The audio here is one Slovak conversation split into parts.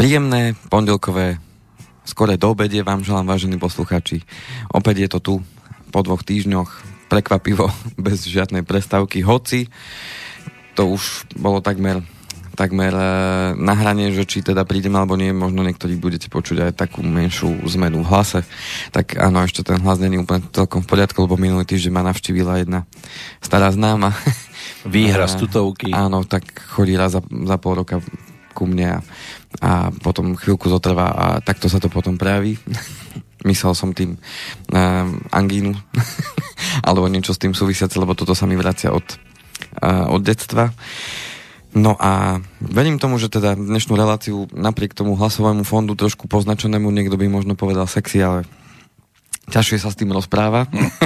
Príjemné pondelkové skoré do obede vám želám, vážení poslucháči. Opäť je to tu po 2 týždňoch, prekvapivo, bez žiadnej prestávky, hoci to už bolo takmer na hrane, že či teda prídem alebo nie, možno niektorí budete počuť aj takú menšiu zmenu v hlase. Tak áno, ešte ten hlas není úplne celkom v poriadku, lebo minulý týždeň ma navštívila jedna stará známa. Výhra z tutovky. Áno, tak chodí raz za pol roka ku mne a potom chvíľku zotrvá a takto sa to potom prejaví. Myslel som tým angínu alebo niečo s tým súvisiace, lebo toto sa mi vracia od detstva. No a verím tomu, že teda dnešnú reláciu napriek tomu hlasovému fondu trošku poznačenému, niekto by možno povedal sexy, ale ťažšie sa s tým rozpráva.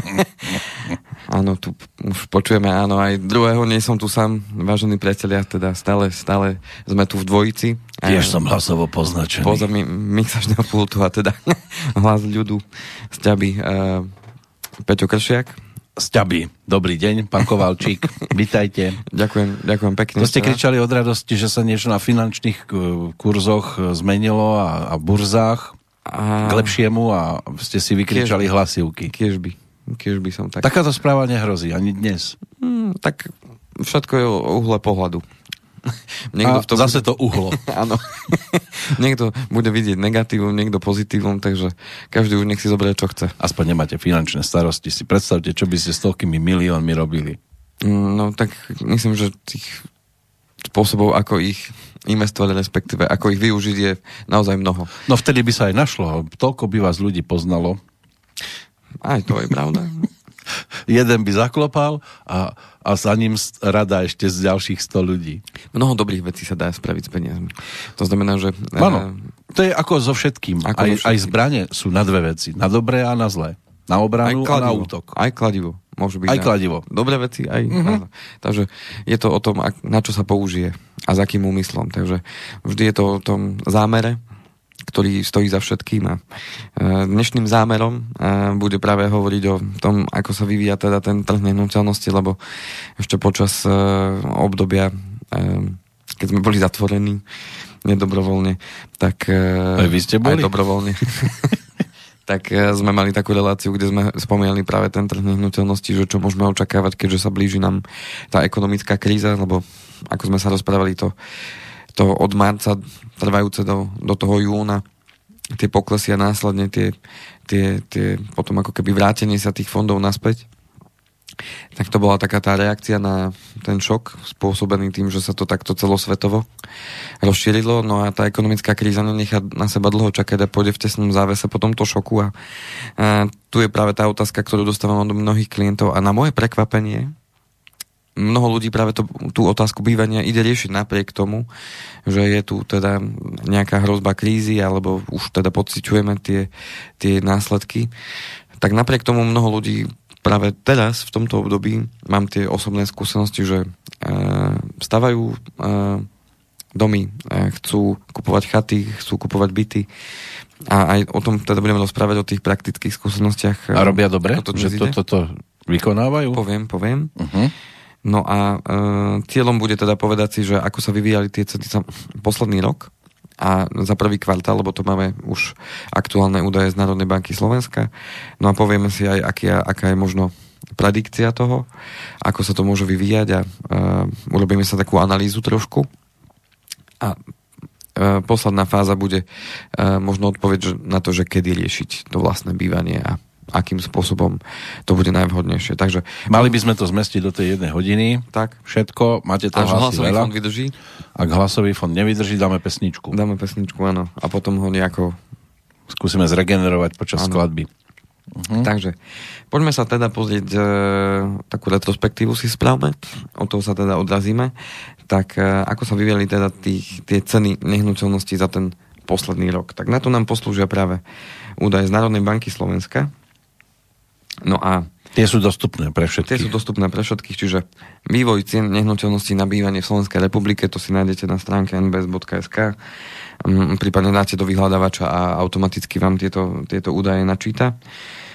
Áno, tu už počujeme, áno, aj druhého, nie som tu sám, vážení priatelia, teda stále sme tu v dvojici. Tiež som hlasovo poznačený. Poza mixačného pultu a teda hlas ľudu z ťaby Peťo Kršiak. Sťaby. Dobrý deň, pán Kovalčík. Vítajte. Ďakujem pekne. To ste kričali od radosti, že sa niečo na finančných kurzoch zmenilo a burzách k lepšiemu a ste si vykričali hlasivky. Kiež by som tak... Takáto správa nehrozí, ani dnes. Tak všetko je o uhle pohľadu. Zase to uhlo. Áno. Niekto bude vidieť negatívum, niekto pozitívum, takže každý už nech si zoberie, čo chce. Aspoň nemáte finančné starosti. Si predstavte, čo by ste s toľkými miliónmi robili. No tak myslím, že tých spôsobov, ako ich investovali, respektíve ako ich využiť, je naozaj mnoho. No vtedy by sa aj našlo. Toľko by vás ľudí poznalo. Aj to je pravda. Jeden by zaklopal a za ním rada ešte z ďalších 100 ľudí. Mnoho dobrých vecí sa dá spraviť s peniazmi. To znamená, že... Áno, to je ako so všetkým. Aj zbrane sú na dve veci. Na dobré a na zlé. Na obranu a na útok. Aj kladivo. Môže byť aj kladivo. Dobré veci, aj... Takže je to o tom, na čo sa použije a za akým úmyslom. Takže vždy je to o tom zámere, ktorý stojí za všetkým. A dnešným zámerom bude práve hovoriť o tom, ako sa vyvíja teda ten trh nehnuteľnosti, lebo ešte počas obdobia, keď sme boli zatvorení nedobrovoľne, tak aj vy ste boli? Aj dobrovoľne. Tak sme mali takú reláciu, kde sme spomínali práve ten trh nehnuteľnosti, že čo môžeme očakávať, keďže sa blíži nám tá ekonomická kríza, lebo ako sme sa rozprávali to od marca trvajúce do toho júna, tie poklesy a následne tie potom ako keby vrátenie sa tých fondov naspäť. Tak to bola taká tá reakcia na ten šok spôsobený tým, že sa to takto celosvetovo rozšírilo. No a tá ekonomická kríza nenechá na seba dlho čakať a pôjde v tesnom závese po tomto šoku. A tu je práve tá otázka, ktorú dostávam od mnohých klientov a na moje prekvapenie mnoho ľudí práve tú otázku bývania ide riešiť napriek tomu, že je tu teda nejaká hrozba krízy alebo už teda pociťujeme tie následky. Tak napriek tomu mnoho ľudí práve teraz v tomto období mám tie osobné skúsenosti, že stavajú domy, chcú kupovať chaty, chcú kupovať byty a aj o tom teda budeme rozprávať o tých praktických skúsenostiach. A robia dobre? Že toto vykonávajú? Poviem. No a cieľom bude teda povedať si, že ako sa vyvíjali tie ceny za posledný rok a za prvý kvartál, lebo to máme už aktuálne údaje z Národnej banky Slovenska. No a povieme si aj, aká je možno predikcia toho, ako sa to môže vyvíjať a urobíme sa takú analýzu trošku. A posledná fáza bude možno odpoveď na to, že kedy riešiť to vlastné bývanie a akým spôsobom to bude najvhodnejšie. Takže mali by sme to zmestiť do tej 1 hodiny. Tak. Všetko, máte to hlasy veľa. Fond vydrží? Ak hlasový fond nevydrží, dáme pesničku. Dáme pesničku, áno. A potom ho nejako skúsime zregenerovať počas skladby. Takže poďme sa teda pozrieť takú retrospektívu si správame. Od toho sa teda odrazíme. Tak ako sa vyvíjali teda tie ceny nehnuteľností za ten posledný rok. Tak na to nám poslúžia práve údaje z Národnej banky Slovenska. No a tie sú dostupné pre všetkých. Čiže vývoj cien nehnuteľností na bývanie v Slovenskej republike, to si nájdete na stránke nbs.sk, prípadne dáte do vyhľadávača a automaticky vám tieto údaje načíta.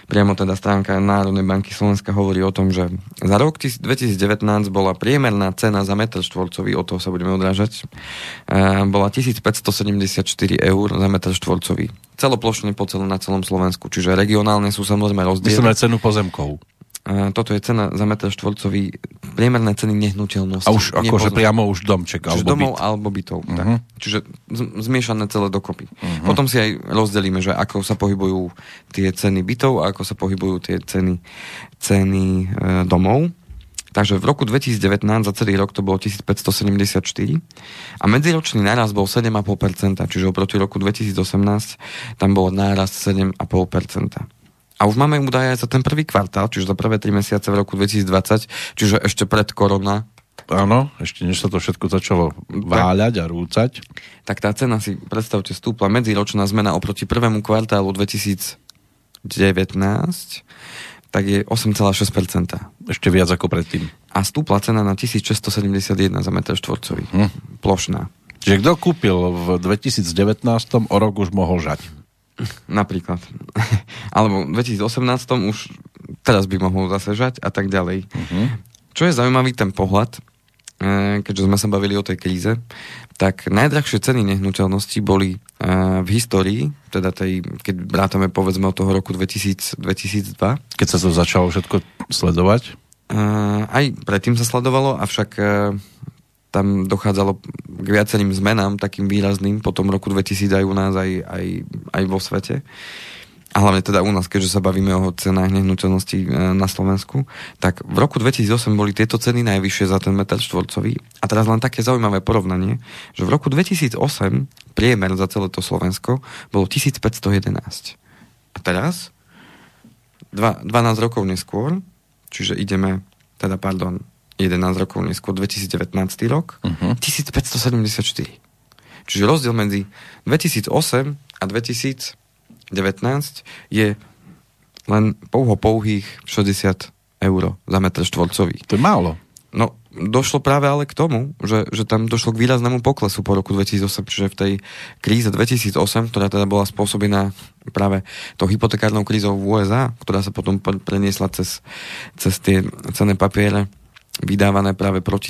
priamo teda stránka Národnej banky Slovenska hovorí o tom, že za rok 2019 bola priemerná cena za metr štvorcový, od toho sa budeme odrážať, bola 1574 eur za metr štvorcový. Celoplošne na celom Slovensku, čiže regionálne sú samozrejme rozdiely. Myslíme cenu pozemkov. Toto je cena za meter štvorcový, priemerné ceny nehnuteľnosti. A už akože priamo už domček čiže alebo domov byt. alebo bytov. Tak. Čiže zmiešané celé dokopy. Potom si aj rozdelíme, že ako sa pohybujú tie ceny bytov a ako sa pohybujú tie ceny domov. Takže v roku 2019 za celý rok to bolo 1574 a medziročný nárast bol 7,5%, čiže oproti roku 2018 tam bol nárast 7,5%. A už máme údaje za ten prvý kvartál, čiže za prvé 3 mesiace v roku 2020, čiže ešte pred korona. Áno, ešte než sa to všetko začalo váľať a rúcať. Tak tá cena si, predstavte, stúpla medziročná zmena oproti prvému kvartálu 2019, tak je 8,6%. Ešte viac ako predtým. A stúpla cena na 1671 za meter štvorcový. Plošná. Čiže kto kúpil v 2019, o rok už mohol žať. Napríklad. Alebo v 2018 už teraz by mohol zase žať a tak ďalej. Čo je zaujímavý ten pohľad, keďže sme sa bavili o tej kríze, tak najdrahšie ceny nehnuteľností boli v histórii, teda keď vrátame povedzme od toho roku 2002. Keď sa to začalo všetko sledovať? Aj predtým sa sledovalo, avšak tam dochádzalo k viacerým zmenám, takým výrazným, po tom roku 2000 aj u nás, aj vo svete. A hlavne teda u nás, keďže sa bavíme o cenách nehnuteľností na Slovensku, tak v roku 2008 boli tieto ceny najvyššie za ten meter štvorcový. A teraz len také zaujímavé porovnanie, že v roku 2008 priemer za celé to Slovensko bolo 1511. A teraz, 12 rokov neskôr, čiže 11 rokov neskôr, 2019 rok, 1574. Čiže rozdiel medzi 2008 a 2019 je len pouhých 60 eur za meter štvorcový. To je málo. No, došlo práve ale k tomu, že tam došlo k výraznému poklesu po roku 2008, čiže v tej kríze 2008, ktorá teda bola spôsobená práve tou hypotekárnou krízou v USA, ktorá sa potom preniesla cez tie cenné papiere, vydávané práve proti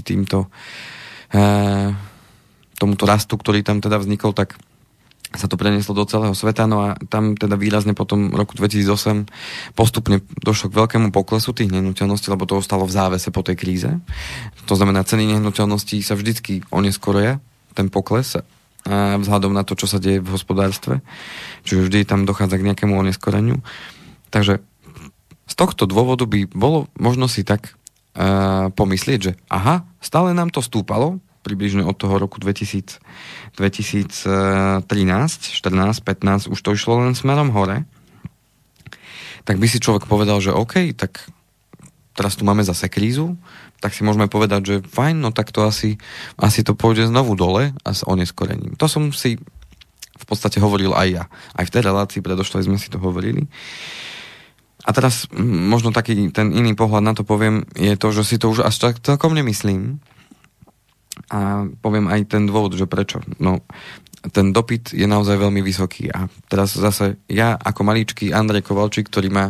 tomuto rastu, ktorý tam teda vznikol, tak sa to prenieslo do celého sveta, no a tam teda výrazne potom roku 2008 postupne došlo k veľkému poklesu tých nehnuteľností, lebo to ostalo v závese po tej kríze. To znamená, ceny nehnuteľností sa vždycky oneskoria, ten pokles, vzhľadom na to, čo sa deje v hospodárstve. Čiže vždy tam dochádza k nejakému oneskoreniu. Takže z tohto dôvodu by bolo možno si tak pomyslieť, že aha, stále nám to stúpalo, približne od toho roku 2013, 14, 15, už to išlo len smerom hore, tak by si človek povedal, že OK, tak teraz tu máme zase krízu, tak si môžeme povedať, že fajn, no tak to asi to pôjde znovu dole a s oneskorením. To som si v podstate hovoril aj ja. Aj v tej relácii predošlej sme si to hovorili. A teraz možno taký ten iný pohľad na to poviem, je to, že si to už až tak celkom nemyslím. A poviem aj ten dôvod, že prečo. No, ten dopyt je naozaj veľmi vysoký. A teraz zase ja ako maličký Andrej Kovalčík, ktorý má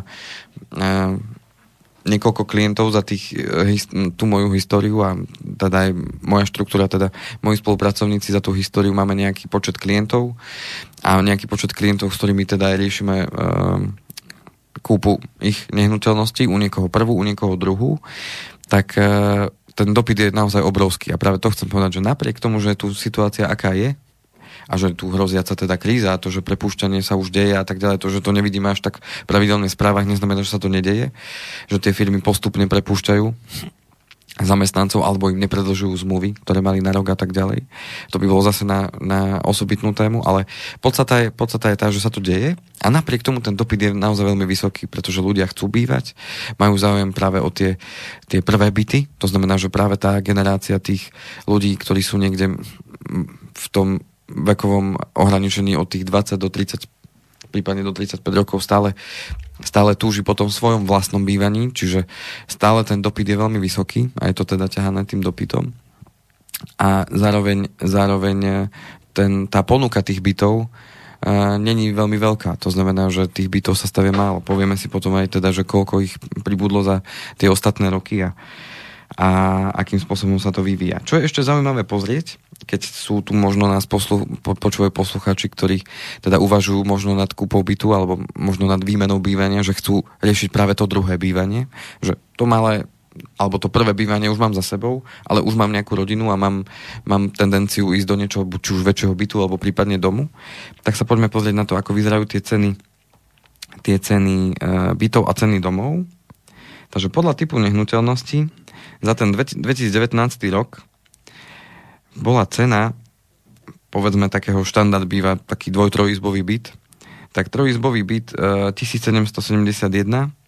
niekoľko klientov za tú moju históriu a teda aj moja štruktúra, teda moji spolupracovníci za tú históriu máme nejaký počet klientov a nejaký počet klientov, s ktorými teda aj riešime kúpu ich nehnuteľností, u niekoho prvú, u niekoho druhú, tak ten dopyt je naozaj obrovský. A práve to chcem povedať, že napriek tomu, že tu situácia aká je, a že tu hroziaca teda kríza, a to, že prepúšťanie sa už deje a tak ďalej, to, že to nevidíme až tak v pravidelných správach, neznamená, že sa to nedeje, že tie firmy postupne prepúšťajú zamestnancov alebo im nepredĺžujú zmluvy, ktoré mali na rok a tak ďalej. To by bolo zase na osobitnú tému, ale podstata je tá, že sa to deje a napriek tomu ten dopyt je naozaj veľmi vysoký, pretože ľudia chcú bývať, majú záujem práve o tie prvé byty, to znamená, že práve tá generácia tých ľudí, ktorí sú niekde v tom vekovom ohraničení od tých 20 do 30, prípadne do 35 rokov stále túži po tom svojom vlastnom bývaní, čiže stále ten dopyt je veľmi vysoký a je to teda ťahané tým dopytom. A zároveň tá ponuka tých bytov není veľmi veľká. To znamená, že tých bytov sa stavia málo. Povieme si potom aj teda, že koľko ich pribudlo za tie ostatné roky a akým spôsobom sa to vyvíja. Čo je ešte zaujímavé pozrieť, keď sú tu možno nás počúvajú poslucháči, ktorí teda uvažujú možno nad kúpou bytu alebo možno nad výmenou bývania, že chcú riešiť práve to druhé bývanie, že to malé alebo to prvé bývanie už mám za sebou, ale už mám nejakú rodinu a mám tendenciu ísť do niečoho, či už väčšieho bytu, alebo prípadne domu, tak sa poďme pozrieť na to, ako vyzerajú tie ceny bytov a ceny domov. Takže podľa typu nehnuteľnosti za ten 2019 rok bola cena, povedzme takého štandard býva taký dvoj-trojizbový byt, tak trojizbový byt 1771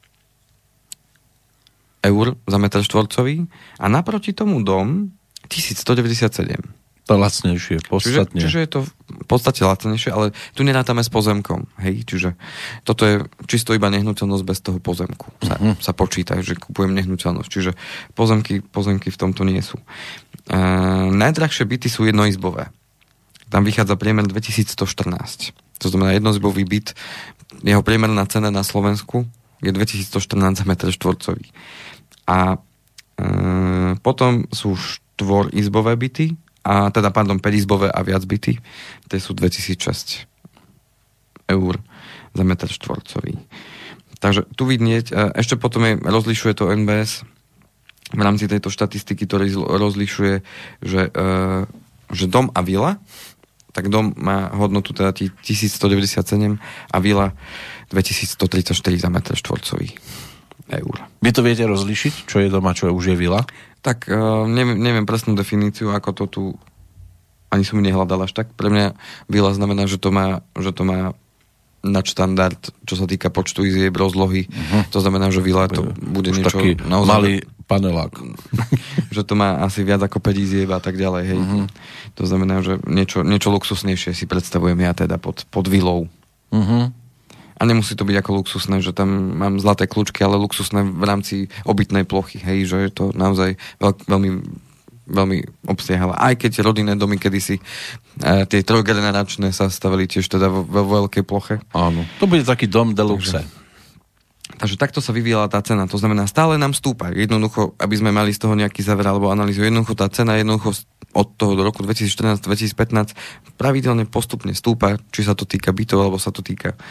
eur za meter štvorcový a naproti tomu dom 1197. To lacnejšie, podstatne. Čiže je to v podstate lacnejšie, ale tu nerátame s pozemkom. Hej? Čiže toto je čisto iba nehnuteľnosť bez toho pozemku. Sa počíta, že kupujem nehnuteľnosť. Čiže pozemky v tomto nie sú. Najdrahšie byty sú jednoizbové. Tam vychádza priemer 2114. To znamená jednoizbový byt, jeho priemerná cena na Slovensku je 2114 za meter štvorcový. A potom sú štvorizbové byty, a teda, 5-izbové a viac byty, tie sú 2006 eur za meter štvorcový. Takže tu vidieť, ešte potom rozlišuje to NBS v rámci tejto štatistiky, ktorý rozlišuje, že dom a vila, tak dom má hodnotu teda 1197 a vila 2134 za meter štvorcový eur. Vy to viete rozlišiť? Čo je dom a čo už je vila? Tak neviem presnú definíciu, ako to tu ani som mi nehľadal až tak. Pre mňa vila znamená, že to má nadštandard, čo sa týka počtu izieb, rozlohy. To znamená, že vila to bude už niečo... taký naozaj, malý panelák. Že to má asi viac ako 5 izieb a tak ďalej. Hej. To znamená, že niečo luxusnejšie si predstavujem ja teda pod vilou. A nemusí to byť ako luxusné, že tam mám zlaté kľúčky, ale luxusné v rámci obytnej plochy, hej, že je to naozaj veľmi, veľmi obsiahle. Aj keď rodinné domy kedysi tie trojgeneračné sa stavili tiež teda vo veľkej ploche. Áno, to bude taký dom deluxe. Takže takto sa vyvíjala tá cena. To znamená, stále nám stúpa. Jednoducho, aby sme mali z toho nejaký záver alebo analýzu, jednoducho tá cena od toho do roku 2014-2015 pravidelne postupne stúpa, či sa to týka bytov, alebo sa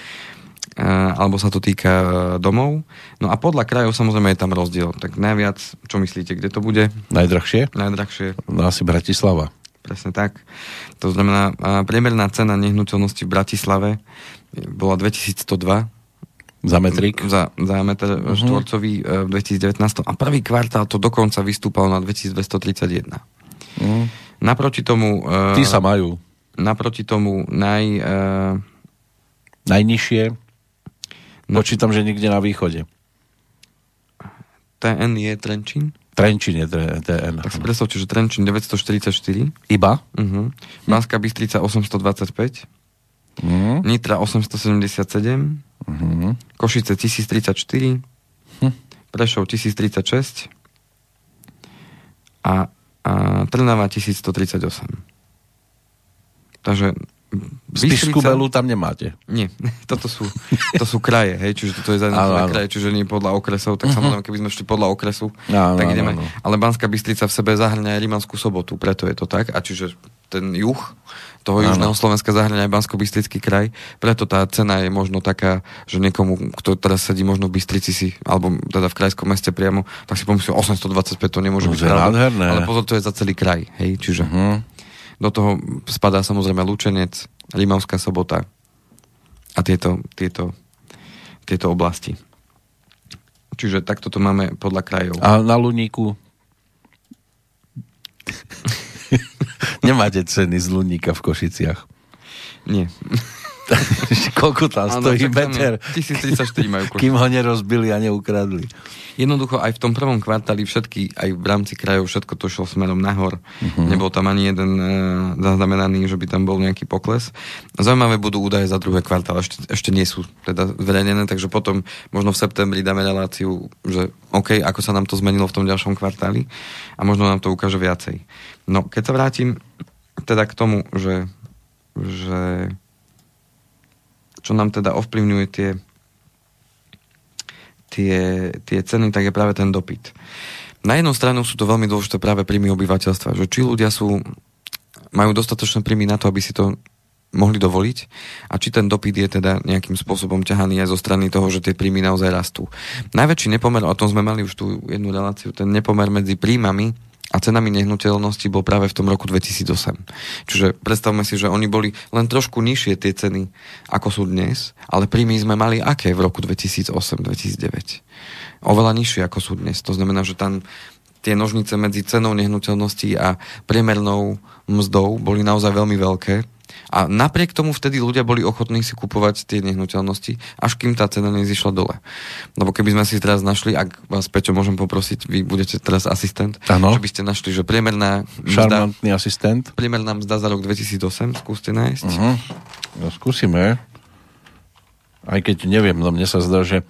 to týka domov. No a podľa krajov samozrejme je tam rozdiel. Tak najviac, čo myslíte, kde to bude? Najdrahšie? No asi Bratislava. Presne tak. To znamená, priemerná cena nehnuteľnosti v Bratislave bola 2102 za metrik? Za meter štvorcový v 2019. A prvý kvartál to dokonca vystúpalo na 2231. Naproti tomu... Tí sa majú. Naproti tomu najnižšie počítam, že niekde na východe. TN je Trenčín? Trenčín je TN. Tak si predstavte, že Trenčín 944. Iba? Banská Bystrica 825. Nitra 877. Košice 1034. Prešov 1036. A Trnava 1138. Takže Spišskú Belu tam nemáte? Nie, to sú kraje, hej, čiže toto je za kraje, čiže nie podľa okresov, tak samozrejme, keby sme šli podľa okresu, tak ideme. Ale Banská Bystrica v sebe zahŕňa aj Rímanskú Sobotu, preto je to tak, a čiže ten juh toho južného Slovenska zahŕňa aj Banskobystrický kraj, preto tá cena je možno taká, že niekomu, kto teraz sedí možno v Bystrici si, alebo teda v krajskom meste priamo, tak si pomyslí, 825 to nemôže byť pravda, ale pozor, to je za celý kraj, hej, čiže... Do toho spadá samozrejme Lučenec, Rímavská Sobota a tieto oblasti. Čiže takto to máme podľa krajov. A na Luníku? Nemáte ceny z Luníka v Košiciach? Nie. Koľko tam stojí meter? 1034 majú Košice. Kým ho nerozbili a neukradli. Jednoducho aj v tom prvom kvartáli všetky, aj v rámci krajov všetko to šlo smerom nahor. Nebol tam ani jeden zaznamenaný, že by tam bol nejaký pokles. Zaujímavé budú údaje za druhé kvartál, ešte nie sú teda zverejnené, takže potom možno v septembri dáme reláciu, že OK, ako sa nám to zmenilo v tom ďalšom kvartáli a možno nám to ukáže viacej. No, keď sa vrátim teda k tomu, že čo nám teda ovplyvňuje tie ceny, tak je práve ten dopyt. Na jednu stranu sú to veľmi dôležité práve príjmy obyvateľstva, že či ľudia majú dostatočné príjmy na to, aby si to mohli dovoliť a či ten dopyt je teda nejakým spôsobom ťahaný aj zo strany toho, že tie príjmy naozaj rastú. Najväčší nepomer, o tom sme mali už tú jednu reláciu, ten nepomer medzi príjmami a cenami nehnuteľnosti bol práve v tom roku 2008. Čiže predstavme si, že oni boli len trošku nižšie tie ceny, ako sú dnes, ale príjmy sme mali aké v roku 2008-2009? Oveľa nižšie, ako sú dnes. To znamená, že tam tie nožnice medzi cenou nehnuteľností a priemernou mzdou boli naozaj veľmi veľké. A napriek tomu vtedy ľudia boli ochotní si kupovať tie nehnuteľnosti, až kým tá cena nezišla dole. Lebo keby sme si teraz našli, ak vás, Peťo, môžem poprosiť, vy budete teraz asistent, ano. Že by ste našli, že priemerná šarmantný asistent. Priemerná mzda za rok 2008, skúste nájsť. No, skúsime. Aj keď neviem, no mne sa zdá, že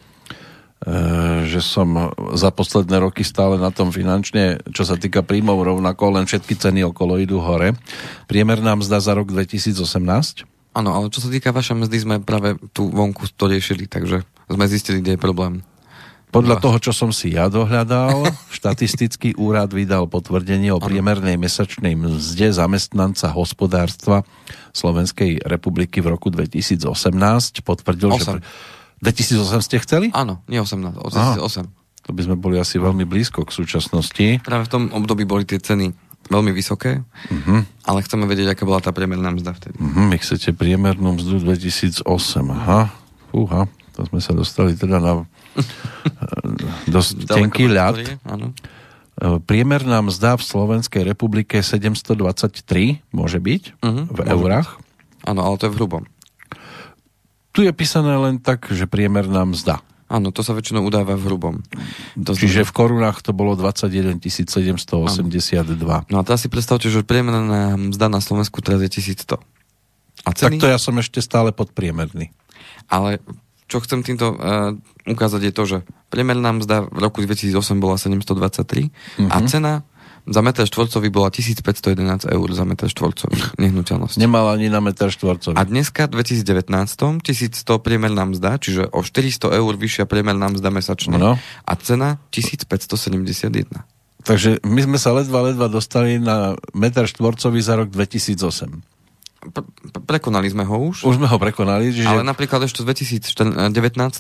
som za posledné roky stále na tom finančne, čo sa týka príjmov rovnako, len všetky ceny okolo idú hore. Priemerná mzda za rok 2018? Áno, ale čo sa týka vašej mzdy, sme práve tú vonku to riešili, takže sme zistili, kde je problém. Podľa toho, čo som si ja dohľadal, štatistický úrad vydal potvrdenie o priemernej mesačnej mzde zamestnanca hospodárstva Slovenskej republiky v roku 2018. Potvrdil, 8. že 2008 ste chceli? Áno, nie 18, 2008. To by sme boli asi veľmi blízko k súčasnosti. Práve v tom období boli tie ceny veľmi vysoké, ale chceme vedieť, aká bola tá priemerná mzda vtedy. Vy chcete priemernú mzdu 2008. Aha, fúha, to sme sa dostali teda na dosť tenký ľad. Priemerná mzda v Slovenskej republike 723, môže byť, v eurách. Áno, ale to je v hrubom. Tu je písané len tak, že priemerná mzda. Áno, to sa väčšinou udáva v hrubom. Čiže v korunách to bolo 21 782. No a teraz si predstavte, že priemerná mzda na Slovensku teraz je 1100. A ceny? Tak to ja som ešte stále podpriemerný. Ale čo chcem týmto ukázať je to, že priemerná mzda v roku 2008 bola 723 a cena za meter štvorcový bola 1511 eur za meter štvorcový nehnuteľnosti. Nemal ani na meter štvorcový. A dneska, v 2019, 1100 priemerná mzda, čiže o 400 eur vyššia priemerná mzda mesačne. No. A cena 1571. Takže my sme sa ledva dostali na meter štvorcový za rok 2008. Prekonali sme ho už. Už sme ho prekonali. Čiže... Ale napríklad ešte v 2018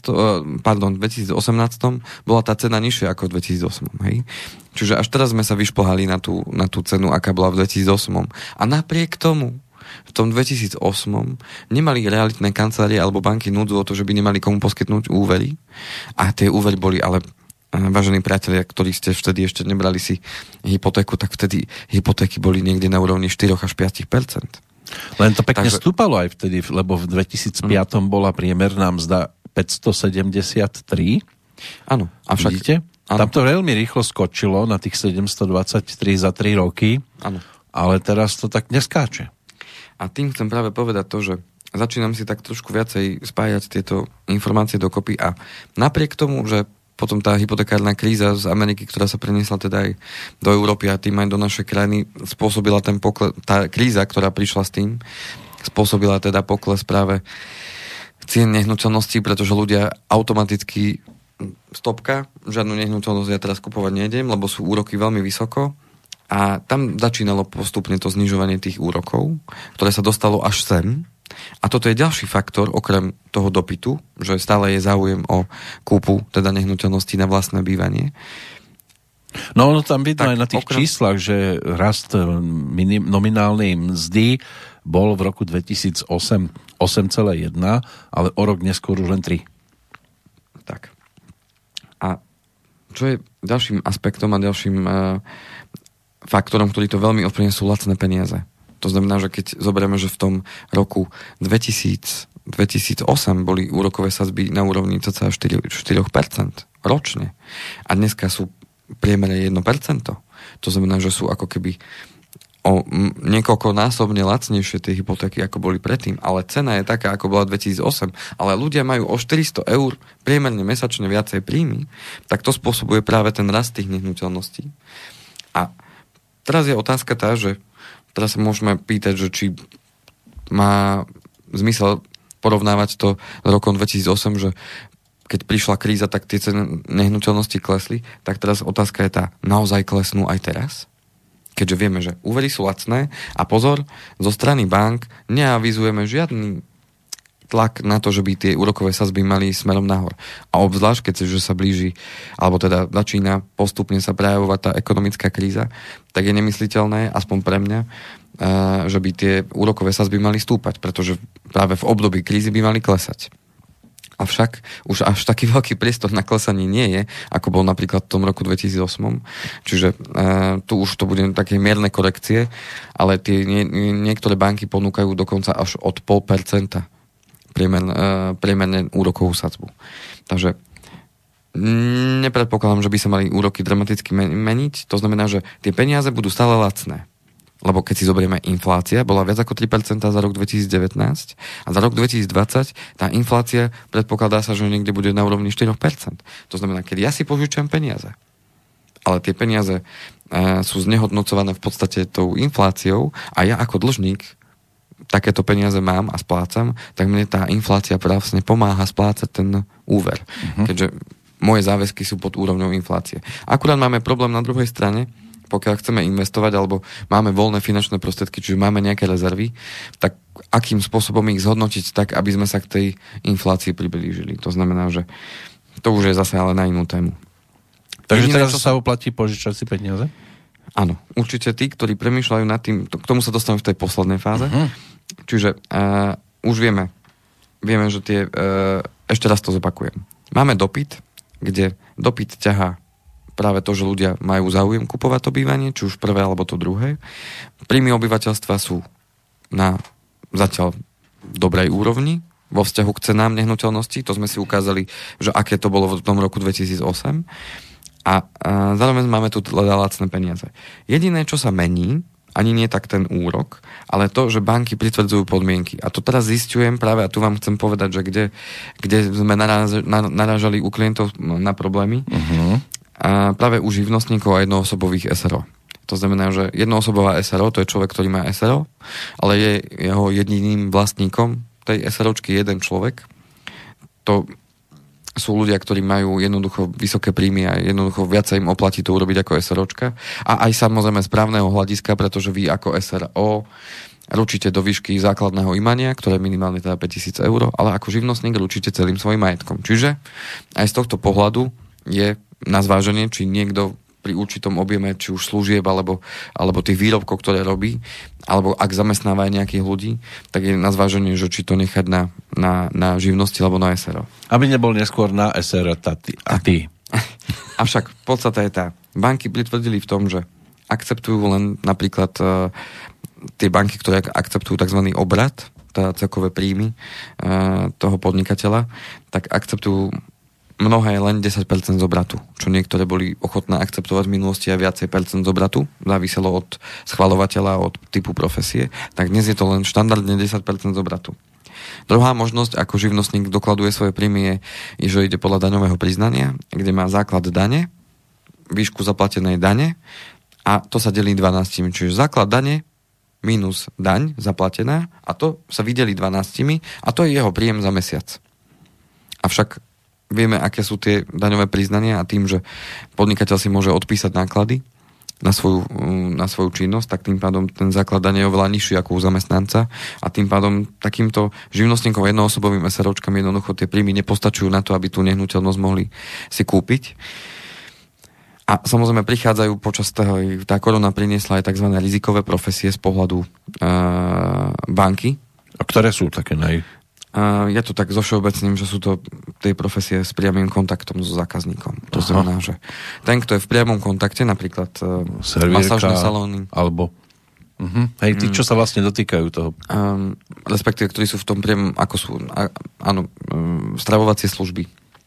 bola tá cena nižšia ako v 2008. Hej? Čiže až teraz sme sa vyšplhali na tú cenu, aká bola v 2008. A napriek tomu v tom 2008 nemali realitné kancelárie alebo banky núdzu o to, že by nemali komu poskytnúť úvery. A tie úvery boli ale vážení priatelia, ktorí ste vtedy ešte nebrali si hypotéku, tak vtedy hypotéky boli niekde na úrovni 4 až 5%. Len to pekne stúpalo aj vtedy, lebo v 2005 bola priemerná mzda 573. Áno. Avšak, vidíte? Áno. Tam to veľmi rýchlo skočilo na tých 723 za 3 roky. Áno. Ale teraz to tak neskáče. A tým chcem práve povedať to, že začínam si tak trošku viacej spájať tieto informácie dokopy a napriek tomu, že potom tá hypotekárna kríza z Ameriky, ktorá sa preniesla teda aj do Európy a tým aj do našej krajiny, spôsobila ten pokles, tá kríza, ktorá prišla s tým, spôsobila teda pokles práve cien nehnuteľností, pretože ľudia automaticky stopka, žiadnu nehnuteľnosť ja teraz kupovať nejdem, lebo sú úroky veľmi vysoko a tam začínalo postupne to znižovanie tých úrokov, ktoré sa dostalo až sem. A toto je ďalší faktor, okrem toho dopytu, že stále je záujem o kúpu, teda nehnuteľnosti na vlastné bývanie. No ono tam vidno aj na tých číslach, že rast nominálnej mzdy bol v roku 2008 8,1, ale o rok neskôr už len 3. Tak. A čo je ďalším aspektom a ďalším faktorom, ktorý to veľmi ovplyvňuje, sú lacné peniaze. To znamená, že keď zoberieme, že v tom roku 2008 boli úrokové sadzby na úrovni cca 4% ročne. A dneska sú priemere 1%. To znamená, že sú ako keby o niekoľkonásobne lacnejšie tie hypotéky, ako boli predtým. Ale cena je taká, ako bola 2008. Ale ľudia majú o 400 eur priemerne mesačne viacej príjmy, tak to spôsobuje práve ten rast tých nehnuteľností. A teraz je otázka tá, že teraz sa môžeme pýtať, že či má zmysel porovnávať to s rokom 2008, že keď prišla kríza, tak tie ceny nehnuteľnosti klesli, tak teraz otázka je tá, naozaj klesnú aj teraz? Keďže vieme, že úvery sú lacné a pozor, zo strany bank neavizujeme žiadny tlak na to, že by tie úrokové sadzby mali smerom nahor. A obzvlášť, keď sa blíži, alebo teda začína postupne sa prejavovať tá ekonomická kríza, tak je nemysliteľné, aspoň pre mňa, že by tie úrokové sadzby mali stúpať, pretože práve v období krízy by mali klesať. Avšak už až taký veľký priestor na klesanie nie je, ako bol napríklad v tom roku 2008. Čiže tu už to bude také mierne korekcie, ale tie niektoré banky ponúkajú dokonca až od 0,5% priemerne úrokovú sadzbu. Takže nepredpokladám, že by sa mali úroky dramaticky meniť. To znamená, že tie peniaze budú stále lacné. Lebo keď si zoberieme, inflácia bola viac ako 3% za rok 2019 a za rok 2020 tá inflácia predpokladá sa, že niekde bude na úrovni 4%. To znamená, keď ja si požičam peniaze, ale tie peniaze sú znehodnocované v podstate tou infláciou a ja ako dlžník takéto peniaze mám a splácam, tak mne tá inflácia vlastne pomáha splácať ten úver. Keďže moje záväzky sú pod úrovňou inflácie. Akurát máme problém na druhej strane, pokiaľ chceme investovať alebo máme voľné finančné prostriedky, čiže máme nejaké rezervy, tak akým spôsobom ich zhodnotiť tak, aby sme sa k tej inflácii priblížili. To znamená, že to už je zase ale na inú tému. Takže teraz sa oplatí požičať si peniaze? Áno, určite tí, ktorí premýšľajú nad tým, k tomu sa dostaneme v tej poslednej fáze. Čiže už vieme, že tie, ešte raz to zopakujem. Máme dopyt, kde dopyt ťahá práve to, že ľudia majú záujem kupovať to bývanie, či už prvé alebo to druhé. Príjmy obyvateľstva sú na zatiaľ dobrej úrovni vo vzťahu k cenám nehnuteľností. To sme si ukázali, že aké to bolo v tom roku 2008. A zároveň máme tu lacné peniaze. Jediné, čo sa mení, ani nie tak ten úrok, ale to, že banky pritvrdzujú podmienky. A to teraz zistujem práve, a tu vám chcem povedať, že kde sme narážali u klientov na problémy, a práve u živnostníkov a jednoosobových SRO. To znamená, že jednoosobová SRO, to je človek, ktorý má SRO, ale je jeho jediným vlastníkom tej SROčky jeden človek. To sú ľudia, ktorí majú jednoducho vysoké príjmy a jednoducho viac sa im oplatí to urobiť ako SROčka. A aj samozrejme z právneho hľadiska, pretože vy ako SRO ručíte do výšky základného imania, ktoré je minimálne teda 5 000 eur, ale ako živnostník ručíte celým svojim majetkom. Čiže aj z tohto pohľadu je na zváženie, či niekto pri určitom objeme, či už služieb, alebo tých výrobkov, ktoré robí, alebo ak zamestnáva aj nejakých ľudí, tak je na zváženie, že či to nechať na živnosti alebo na SRO. Aby nebol neskôr na SRO a ty. Avšak podstata je tá. Banky pritvrdili v tom, že akceptujú len napríklad tie banky, ktoré akceptujú tzv. Obrat, teda celkové príjmy toho podnikateľa, tak akceptujú mnohé len 10% z obratu, čo niektoré boli ochotné akceptovať v minulosti aj viacej percent z obratu, záviselo od schvaľovateľa, od typu profesie, tak dnes je to len štandardne 10% z obratu. Druhá možnosť, ako živnostník dokladuje svoje príjmy, je, že ide podľa daňového priznania, kde má základ dane, výšku zaplatenej dane a to sa delí 12, čiže základ dane minus daň zaplatená a to sa videli 12 a to je jeho príjem za mesiac. Avšak vieme, aké sú tie daňové priznania a tým, že podnikateľ si môže odpísať náklady na svoju činnosť, tak tým pádom ten základ dane je oveľa nižší ako u zamestnanca a tým pádom takýmto živnostníkom jednoosobovým SROčkám jednoducho tie príjmy nepostačujú na to, aby tú nehnuteľnosť mohli si kúpiť. A samozrejme prichádzajú počas toho, tá korona priniesla aj tzv. Rizikové profesie z pohľadu banky. A ktoré sú také Ja to tak zovšeobecním, že sú to tie profesie s priamým kontaktom so zákazníkom. To znamená, že ten, kto je v priamom kontakte, napríklad masážne salóny. Alebo hej, tí, čo sa vlastne dotýkajú toho. Respektíve, ktorí sú v tom priamom, ako sú, stravovacie služby.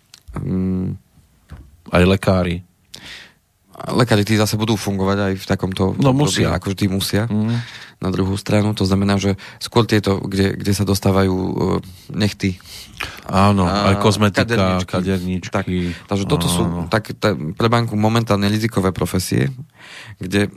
Aj lekári. Lekári tí zase budú fungovať aj v takomto musia. Akože tí musia. Na druhú stranu, to znamená, že skôr tieto, kde sa dostávajú nechty. Áno, aj kozmetika, kaderníčky. Takže toto sú pre banku momentálne rizikové profesie, kde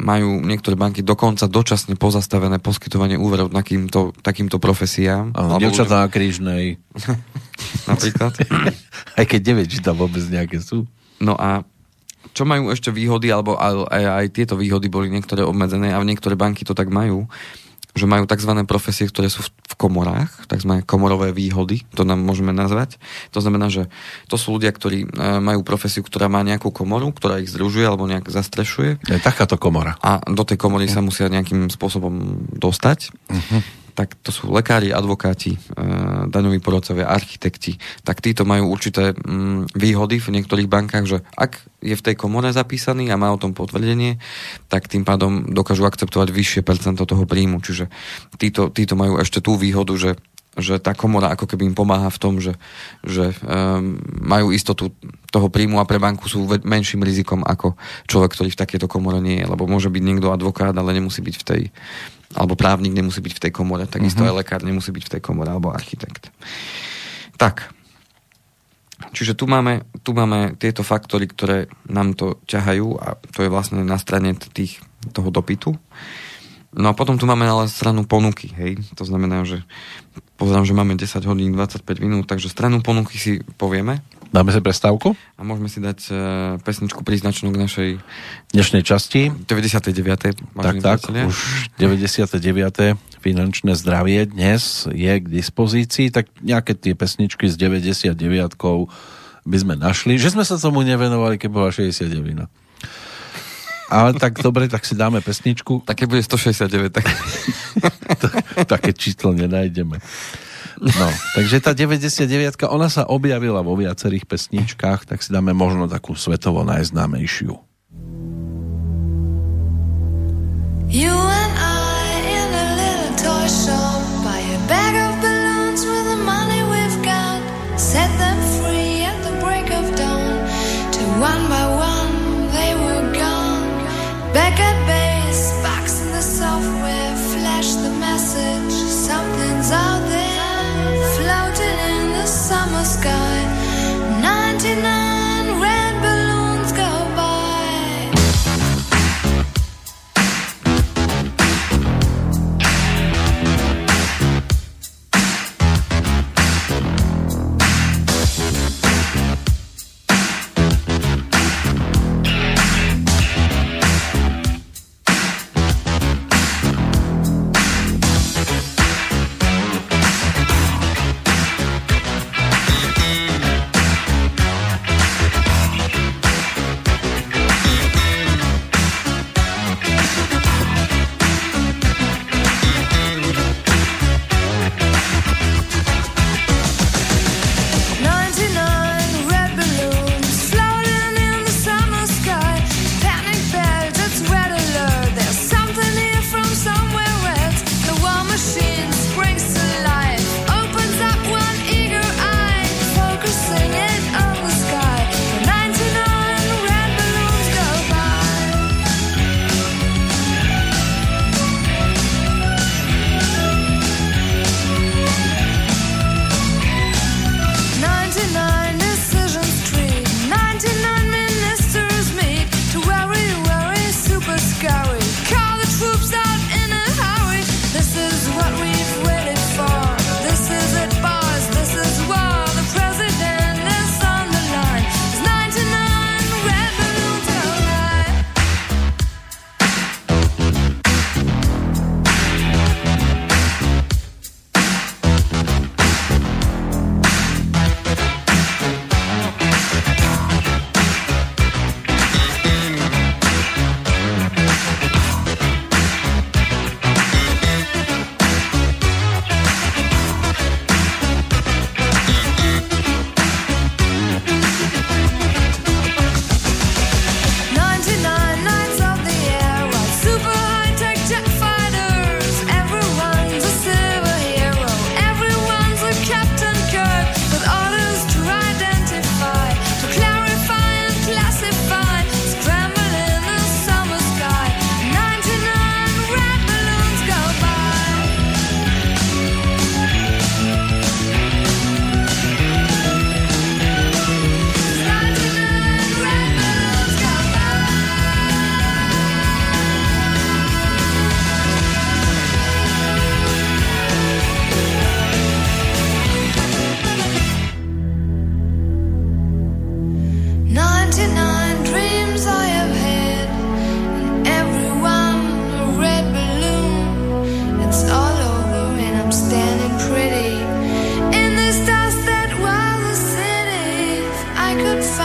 majú niektoré banky dokonca dočasne pozastavené poskytovanie úverov takýmto profesiám. Dievčatá na Krížnej. Napríklad. Aj keď neviem, či tam vôbec nejaké sú. No a čo majú ešte výhody, alebo aj tieto výhody boli niektoré obmedzené a niektoré banky to tak majú, že majú tzv. Profesie, ktoré sú v komorách, tzv. Komorové výhody, to nám môžeme nazvať. To znamená, že to sú ľudia, ktorí majú profesiu, ktorá má nejakú komoru, ktorá ich združuje alebo nejak zastrešuje. Je takáto komora. A do tej komory sa musia nejakým spôsobom dostať. Tak to sú lekári, advokáti, daňoví poradcovia, architekti. Tak títo majú určité výhody v niektorých bankách, že ak je v tej komore zapísaný a má o tom potvrdenie, tak tým pádom dokážu akceptovať vyššie percento toho príjmu. Čiže títo majú ešte tú výhodu, že tá komora ako keby im pomáha v tom, že majú istotu toho príjmu a pre banku sú menším rizikom ako človek, ktorý v takéto komore nie je. Lebo môže byť niekto advokát, ale nemusí byť v tej, alebo právnik nemusí byť v tej komore, takisto aj lekár nemusí byť v tej komore, alebo architekt. Tak. Čiže tu máme tieto faktory, ktoré nám to ťahajú a to je vlastne na strane toho dopytu. No a potom tu máme ale stranu ponuky, hej. To znamená, že pozerám, že máme 10 hodín 25 minút, takže stranu ponuky si povieme. Dáme si prestávku? A môžeme si dať pesničku príznačnú k našej dnešnej časti. 99. Tak, už 99. finančné zdravie dnes je k dispozícii, tak nejaké tie pesničky z 99 by sme našli. Že sme sa tomu nevenovali, keď bola 69. Ale tak dobre, tak si dáme pesničku. Také bude 169. Tak. Také číslo nenájdeme. No, takže tá 99, ona sa objavila vo viacerých pesničkách, tak si dáme možno takú svetovo najznámejšiu. You and I in a little toy shop, buy a bag of balloons with the money we've got, set them free at the break of dawn, till one by one they were gone. Back at base, box in the software, flash the message, something's out there. Floating in the summer sky, 99 red balloons go by.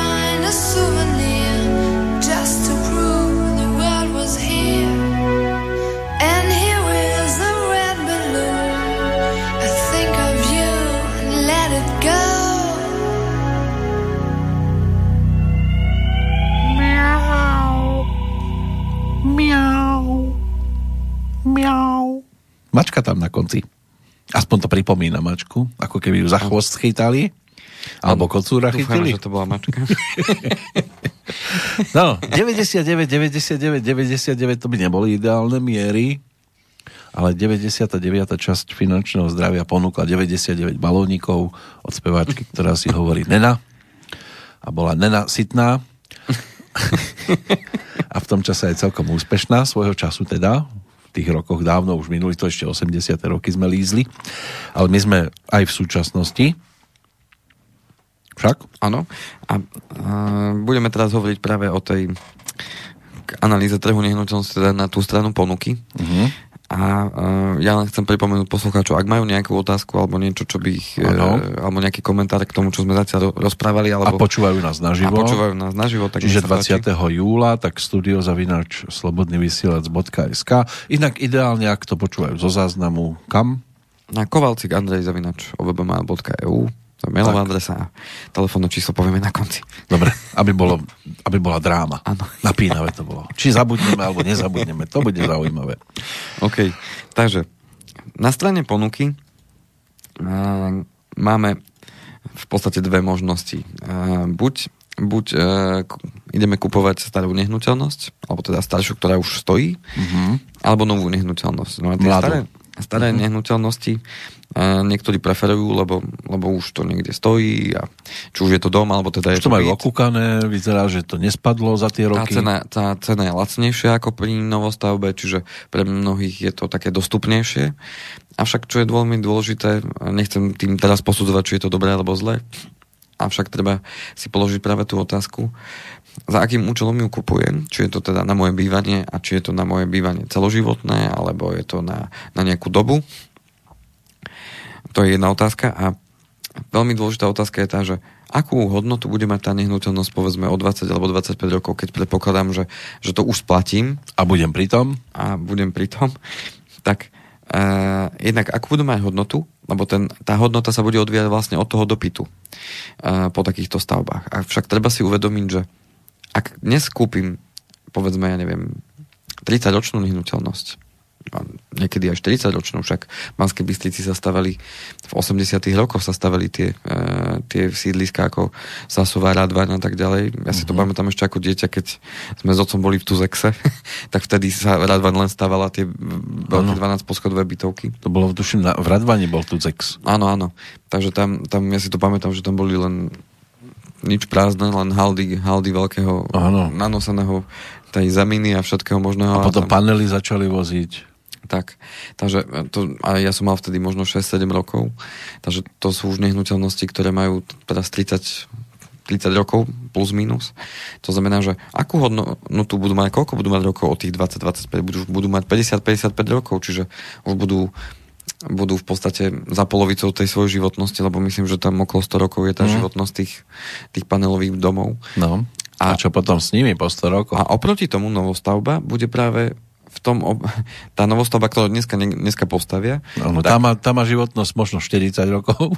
find a souvenir just to prove the world was here. And here is a red balloon. I think of you and let it go. Miau. Mačka tam na konci. Aspoň to pripomína mačku, ako keby ju za chvost chytali. Alebo kocúra chytili. Dúfam, že to bola mačka. No, 99 to by neboli ideálne miery, ale 99. časť finančného zdravia ponúkla 99 balónikov od speváčky, ktorá si hovorí Nena. A bola Nena sitná. A v tom čase aj celkom úspešná, svojho času teda, v tých rokoch dávno, už minuli to ešte 80. roky sme lízli, ale my sme aj v súčasnosti. Však? Áno. A budeme teraz hovoriť práve o tej analýze trhu nehnuteľnosti, teda na tú stranu ponuky. Uh-huh. A ja len chcem pripomenúť poslucháčov, ak majú nejakú otázku alebo niečo, čo by ich, alebo nejaký komentár k tomu, čo sme zatiaľ rozprávali, alebo... A počúvajú nás naživo. Tak čiže 20. júla, tak studio@slobodnyvysielac.sk. Inak ideálne, ak to počúvajú zo záznamu, kam? Na kovalcik@ovbmail.eu. To je mailová adresa a telefónne číslo povieme na konci. Dobre, aby bola dráma. Áno. Napínavé to bolo. Či zabudneme, alebo nezabudneme. To bude zaujímavé. OK. Takže na strane ponuky máme v podstate dve možnosti. Buď ideme kupovať starú nehnuteľnosť, alebo teda staršiu, ktorá už stojí, alebo novú nehnuteľnosť. No a tie staré nehnuteľnosti niektorí preferujú, lebo už to niekde stojí a či už je to dom, alebo teda je to majú okúkané, vyzerá, že to nespadlo za tie roky. Tá cena je lacnejšia ako pri novostavbe, čiže pre mnohých je to také dostupnejšie. Avšak, čo je veľmi dôležité, nechcem tým teraz posudzovať, či je to dobré alebo zlé, avšak treba si položiť práve tú otázku, za akým účelom ju kupujem, či je to teda na moje bývanie a či je to na moje bývanie celoživotné, alebo je to na nejakú dobu. To je jedna otázka a veľmi dôležitá otázka je tá, že akú hodnotu bude mať tá nehnuteľnosť povedzme o 20 alebo 25 rokov, keď predpokladám, že to už splatím. A budem pri tom, tak jednak akú budú mať hodnotu, lebo tá hodnota sa bude odvíjať vlastne od toho dopytu po takýchto stavbách. Avšak treba si uvedomiť, že ak dnes kúpim, povedzme, 30-ročnú nehnuteľnosť, niekedy aj 40-ročnú, však v Banskej Bystrici sa stavali, v 80. rokoch sa stavali tie sídliska ako Sasová, Radvaň a tak ďalej. Ja si to pamätám ešte ako dieťa, keď sme s otcom boli v Tuzexe, tak vtedy sa Radvaň len stavala tie veľké 12-poschodové bytovky. To bolo v Radvani bol Tuzex. Áno. Takže tam ja si to pamätám, že tam boli len nič prázdne, len haldy veľkého nanoseného tej zeminy a všetkého možného. A potom panely začali voziť. Tak, takže a ja som mal vtedy možno 6-7 rokov, takže to sú už nehnuteľnosti, ktoré majú teraz 30 rokov plus minus. To znamená, že akú hodnotu budú mať, koľko budú mať rokov od tých 20-25, budú mať 50-55 rokov, čiže už budú v podstate za polovicou tej svojej životnosti, lebo myslím, že tam okolo 100 rokov je tá životnosť tých panelových domov. No. A čo potom s nimi po 100 rokov? A oproti tomu novostavba bude práve v tom, tá novostavba, ktorú dneska postavia. No, tá má životnosť možno 40 rokov.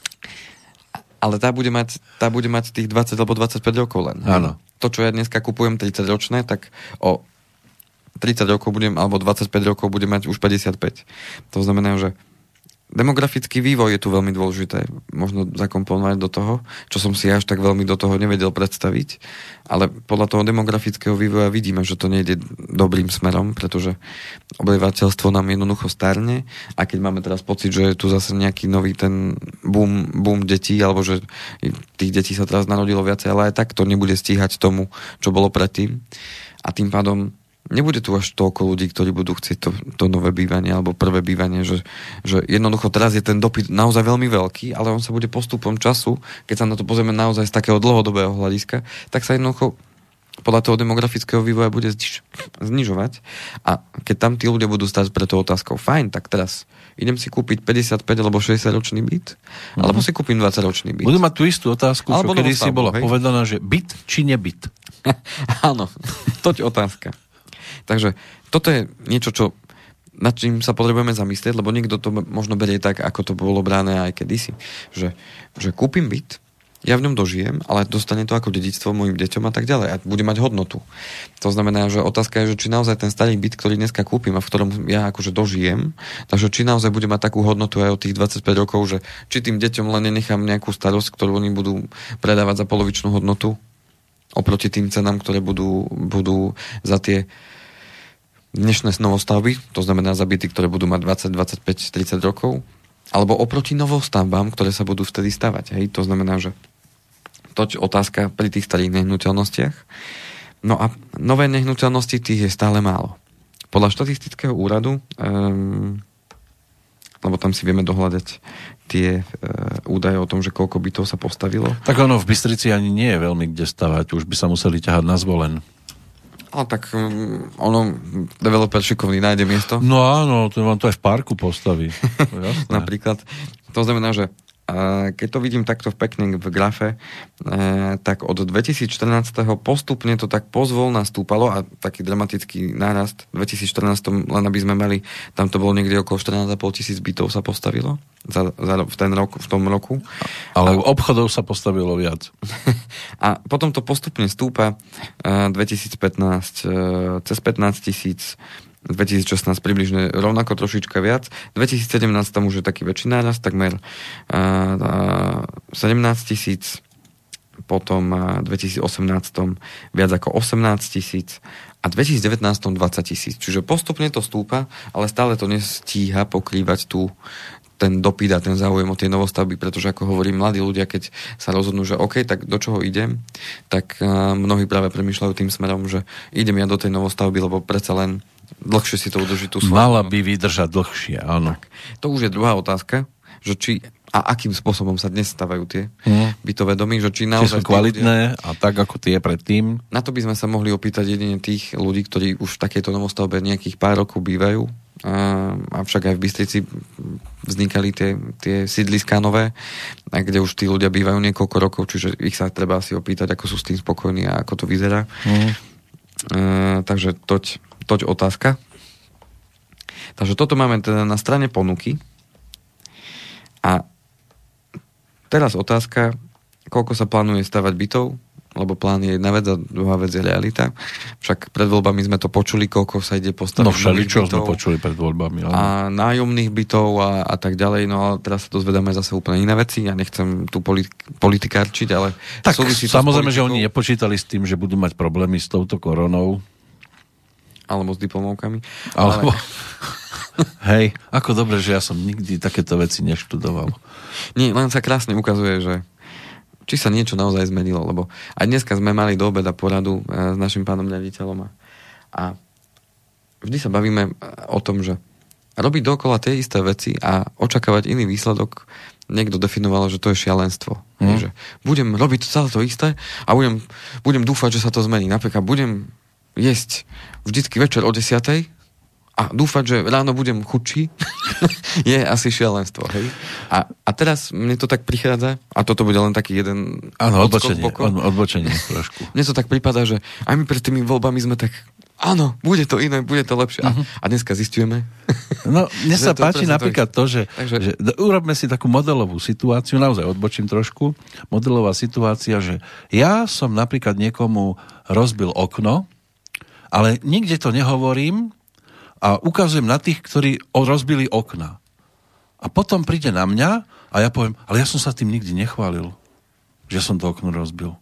Ale tá bude mať tých 20 alebo 25 rokov len. Áno. To, čo ja dneska kupujem 30-ročné, tak o 30 rokov alebo 25 rokov budem mať už 55. To znamená, že demografický vývoj je tu veľmi dôležité. Možno zakomponovať do toho, čo som si až tak veľmi do toho nevedel predstaviť. Ale podľa toho demografického vývoja vidíme, že to nejde dobrým smerom, pretože obyvateľstvo nám jednoducho starne a keď máme teraz pocit, že je tu zase nejaký nový ten boom detí, alebo že tých detí sa teraz narodilo viacej, ale aj tak to nebude stíhať tomu, čo bolo predtým. A tým pádom nebude tu až toľko ľudí, ktorí budú chcieť to nové bývanie alebo prvé bývanie, že jednoducho teraz je ten dopyt naozaj veľmi veľký, ale on sa bude postupom času, keď sa na to pozrieme naozaj z takého dlhodobého hľadiska, tak sa jednoducho podľa toho demografického vývoja bude znižovať. A keď tam tí ľudia budú stať pre to otázkou, fajn, tak teraz idem si kúpiť 55 alebo 60 ročný byt, alebo si kúpim 20 ročný byt. Budú mať tú istú otázku, čo kedy si bola povedaná, že byt či nebyt. Áno, toť otázka. Takže toto je niečo, nad čím sa potrebujeme zamyslieť, lebo niekto to možno berie tak, ako to bolo bráne aj kedysi. Že kúpim byt, ja v ňom dožijem, ale dostane to ako dedičstvo mojim deťom a tak ďalej. A bude mať hodnotu. To znamená, že otázka je, že či naozaj ten starý byt, ktorý dneska kúpim a v ktorom ja akože dožijem, takže či naozaj bude mať takú hodnotu aj od tých 25 rokov, že či tým deťom len nenechám nejakú starosť, ktorú oni budú predávať za polovičnú hodnotu oproti tým cenám, ktoré budú za tie dnešné novostavby, to znamená za byty, ktoré budú mať 20, 25, 30 rokov, alebo oproti novostavbám, ktoré sa budú vtedy stavať. Hej? To znamená, že toť otázka pri tých starých nehnuteľnostiach. No a nové nehnuteľnosti, tých je stále málo. Podľa štatistického úradu, lebo tam si vieme dohľadať tie údaje o tom, že koľko bytov sa postavilo. Tak ono v Bystrici ani nie je veľmi kde stavať, už by sa museli ťahať na Zvolen. Ale tak developer šikovný nájde miesto. No áno, to vám to aj v parku postaví. Napríklad. To znamená, že keď to vidím takto pekne v grafe, tak od 2014. postupne to tak pozvolna stúpalo a taký dramatický nárast v 2014. len aby sme mali, tam to bolo niekde okolo 14,5 tisíc bytov sa postavilo v tom roku. Ale obchodov sa postavilo viac. A potom to postupne stúpa 2015 cez 15 tisíc, 2016 približne rovnako trošička viac. 2017 tam už je taký väčší nárast, takmer 17 tisíc, potom 2018 viac ako 18 tisíc a 2019 20 tisíc. Čiže postupne to stúpa, ale stále to nestíha pokrývať ten dopyt a ten záujem o tie novostavby, pretože ako hovorím, mladí ľudia, keď sa rozhodnú, že OK, tak do čoho idem, tak mnohí práve premýšľajú tým smerom, že idem ja do tej novostavby, lebo predsa len dlhšie si to udrží tú svoju. Mala by vydržať dlhšie, áno. Tak. To už je druhá otázka, že či a akým spôsobom sa dnes stavajú tie bytové domy, že či naozaj sú kvalitné a tak ako tie predtým. Na to by sme sa mohli opýtať jedine tých ľudí, ktorí už v takejto novostavbe nejakých pár rokov bývajú. Avšak aj v Bystrici vznikali tie sídliská nové, kde už tí ľudia bývajú niekoľko rokov, čiže ich sa treba asi opýtať, ako sú s tým spokojní a ako to vyzerá. Takže toť otázka. Takže toto máme teda na strane ponuky. A teraz otázka, koľko sa plánuje stavať bytov, lebo plán je jedna vec a druhá vec je realita. Však pred voľbami sme to počuli, koľko sa ide postaviť. No všeličo sme počuli pred voľbami. Ale... A nájomných bytov a tak ďalej. No ale teraz sa dozvedáme zase úplne iné veci. Ja nechcem tu politikárčiť, ale... Tak samozrejme, že oni nepočítali s tým, že budú mať problémy s touto koronou. Alebo s diplomovkami. Alebo... Hej, ako dobre, že ja som nikdy takéto veci neštudoval. Nie, len sa krásne ukazuje, že či sa niečo naozaj zmenilo, lebo aj dneska sme mali do obeda poradu s našim pánom riaditeľom a vždy sa bavíme o tom, že robiť dookola tie isté veci a očakávať iný výsledok, niekto definoval, že to je šialenstvo. Že budem robiť celé to isté a budem dúfať, že sa to zmení. Napríklad budem jesť vždycky večer o 10:00 a dúfať, že ráno budem chudší, je asi šialenstvo, hej? A teraz mne to tak prichádza, a toto bude len taký jeden odbočenie trošku. Mne to tak prípada, že aj my pred tými voľbami sme tak, áno, bude to iné, bude to lepšie. A dneska zistujeme. No, mne sa páči napríklad to, že urobme si takú modelovú situáciu, naozaj odbočím trošku, modelová situácia, že ja som napríklad niekomu rozbil okno, ale nikde to nehovorím, a ukazujem na tých, ktorí rozbili okna. A potom príde na mňa a ja poviem, ale ja som sa tým nikdy nechválil, že som to okno rozbil.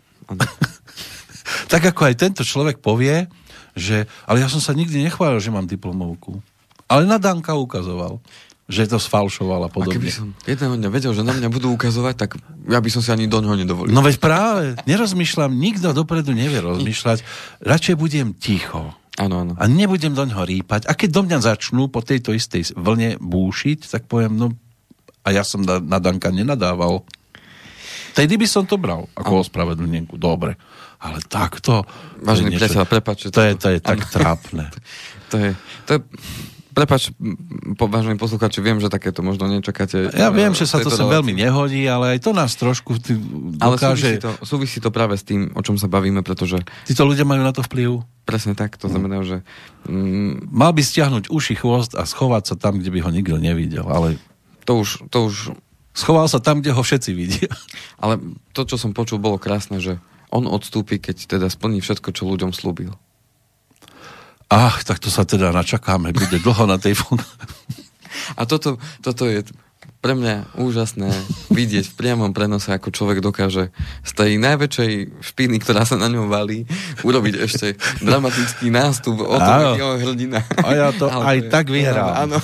Tak ako aj tento človek povie, že ale ja som sa nikdy nechválil, že mám diplomovku. Ale na Danka ukazoval, že to sfalšoval a podobne. A keby som jedného dňa vedel, že na mňa budú ukazovať, tak ja by som si ani do ňoho nedovolil. No veď práve, nerozmýšľam, nikto dopredu nevie rozmýšľať, radšej budem ticho. Áno. A nebudem do ňoho rýpať. A keď do mňa začnú po tejto istej vlne búšiť, tak poviem, no a ja som na Danka nenadával. Tedy by som to bral ako ospravedlnenku. Dobre. Ale takto... Vážený priateľ, prepáč. To je tak trápne. To je prepáč, vážení poslucháči, viem, že takéto možno nečakáte. Ja viem, že sa to sem veľmi nehodí, ale aj to nás trošku dokáže... Ale súvisí to práve s tým, o čom sa bavíme, pretože... Títo ľudia majú na to vplyv. Presne tak, to znamená, že... Mal by stiahnuť uši, chvost a schovať sa tam, kde by ho nikto nevidel, ale... To už... Schoval sa tam, kde ho všetci vidia. Ale to, čo som počul, bolo krásne, že on odstúpi, keď teda splní všetko, čo ľuďom slúbil. Tak to sa teda načakáme, bude dlho na tej A toto je pre mňa úžasné vidieť v priamom prenose, ako človek dokáže z tej najväčšej špiny, ktorá sa na ňom valí, urobiť ešte dramatický nástup o tom, jeho hrdina. A ja to aj tak vyhrám. Áno.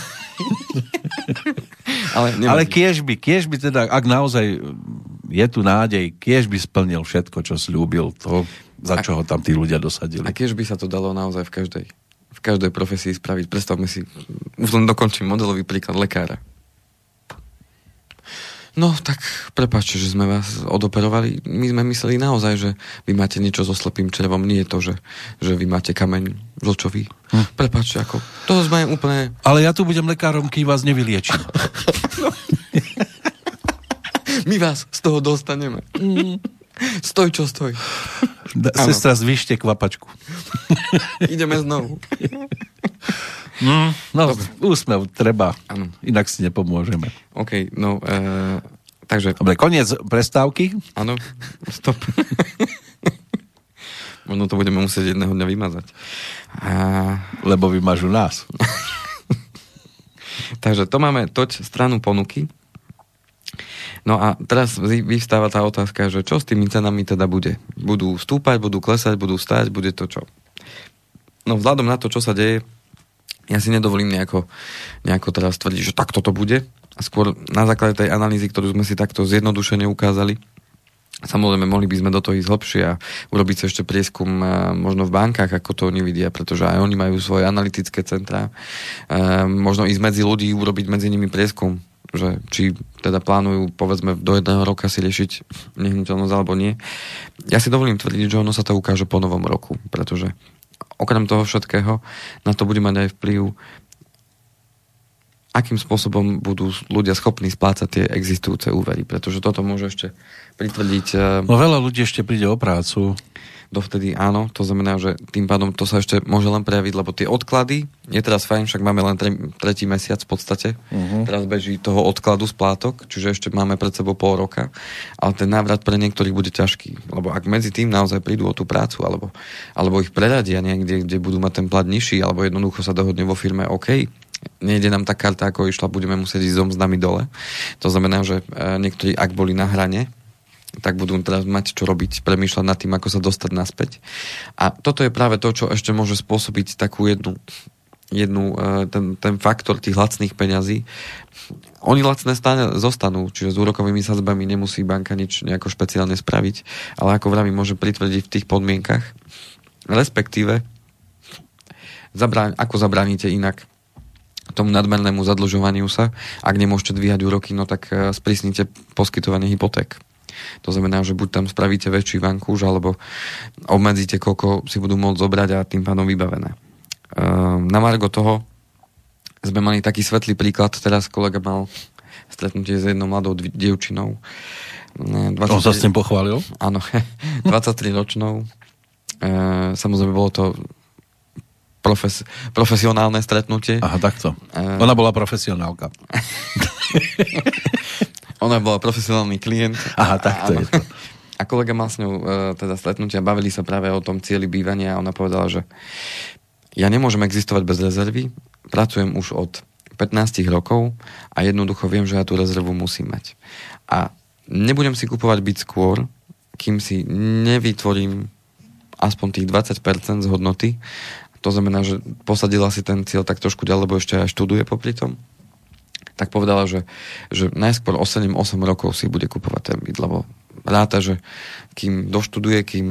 Ale kiež by teda, ak naozaj je tu nádej, kiež by splnil všetko, čo sľúbil, to, za čo ho tam tí ľudia dosadili. A kiež by sa to dalo naozaj v každej profesii spraviť. Predstavme si, už len dokončím modelový príklad lekára. No, tak prepáčte, že sme vás odoperovali. My sme mysleli naozaj, že vy máte niečo so slepým črevom. Nie je to, že vy máte kameň žlčový. Prepáčte, ako... To sme úplne... Ale ja tu budem lekárom, kým vás nevyliečím. No. My vás z toho dostaneme. Stoj, čo stoj. Sestra, zvyšte kvapačku. Ideme znovu. Úsmev treba. Ano. Inak si nepomôžeme. OK, no, takže... Dobre, koniec prestávky. Áno, stop. Možno to budeme musieť jedného dňa vymazať. Lebo vymažu nás. Takže to máme toť stranu ponuky. No a teraz vyvstáva tá otázka, že čo s tými cenami teda bude? Budú stúpať, budú klesať, budú stáť, bude to čo? No vzhľadom na to, čo sa deje, ja si nedovolím nejako teraz tvrdiť, že takto to bude. A skôr na základe tej analýzy, ktorú sme si takto zjednodušene ukázali, samozrejme, mohli by sme do toho ísť hlbšie a urobiť sa ešte prieskum možno v bankách, ako to oni vidia, pretože aj oni majú svoje analytické centrá. Možno ísť medzi ľudí, urobiť medzi nimi prieskum, že či teda plánujú, povedzme, do 1 roka si riešiť nehnuteľnosť alebo nie. Ja si dovolím tvrdiť, že ono sa to ukáže po novom roku, pretože okrem toho všetkého na to bude mať aj vplyv, akým spôsobom budú ľudia schopní splácať tie existujúce úvery, pretože toto môže ešte pritvrdiť... No veľa ľudí ešte príde o prácu. Dovtedy áno, to znamená, že tým pádom to sa ešte môže len prejaviť, lebo tie odklady, je teraz fajn, však máme len tretí mesiac v podstate, teraz beží toho odkladu splátok, čiže ešte máme pred sebou pol roka, ale ten návrat pre niektorých bude ťažký, lebo ak medzi tým naozaj prídu o tú prácu, alebo ich preradia niekde, kde budú mať ten plat nižší, alebo jednoducho sa dohodne vo firme, OK, nejde nám tá karta, ako išla, budeme musieť ísť so mzdami dole. To znamená, že niektorí, ak boli na hrane, tak budú teraz mať čo robiť, premýšľať nad tým, ako sa dostať naspäť. A toto je práve to, čo ešte môže spôsobiť takú ten faktor tých lacných peňazí. Oni lacné stále zostanú, čiže s úrokovými sadzbami nemusí banka nič nejako špeciálne spraviť, ale ako vravím, môže pritvrdiť v tých podmienkach. Respektíve, ako zabránite inak tomu nadmernému zadlžovaniu sa, ak nemôžete dvíhať úroky, no tak sprísnite poskytovanie hypoték. To znamená, že buď tam spravíte väčší vankúš, alebo obmedzíte, koľko si budú môcť zobrať a tým pádom vybavené. Na margo toho sme mali taký svetlý príklad, teraz kolega mal stretnutie s jednou mladou dievčinou. On sa s tým pochválil? Áno, 23-ročnou. Samozrejme, bolo to profesionálne stretnutie. Aha, takto. Ona bola profesionálka. Ona bola profesionálny klient. Aha, takto je to. A kolega mal s ňou teda stretnutia, bavili sa práve o tom cieli bývania a ona povedala, že ja nemôžem existovať bez rezervy, pracujem už od 15 rokov a jednoducho viem, že ja tú rezervu musím mať. A nebudem si kupovať byt skôr, kým si nevytvorím aspoň tých 20% z hodnoty. To znamená, že posadila si ten cieľ tak trošku ďalej, lebo ešte aj študuje popri tom. Tak povedala, že najskôr o 7-8 rokov si bude kupovať ten byt, lebo ráta, že kým doštuduje, kým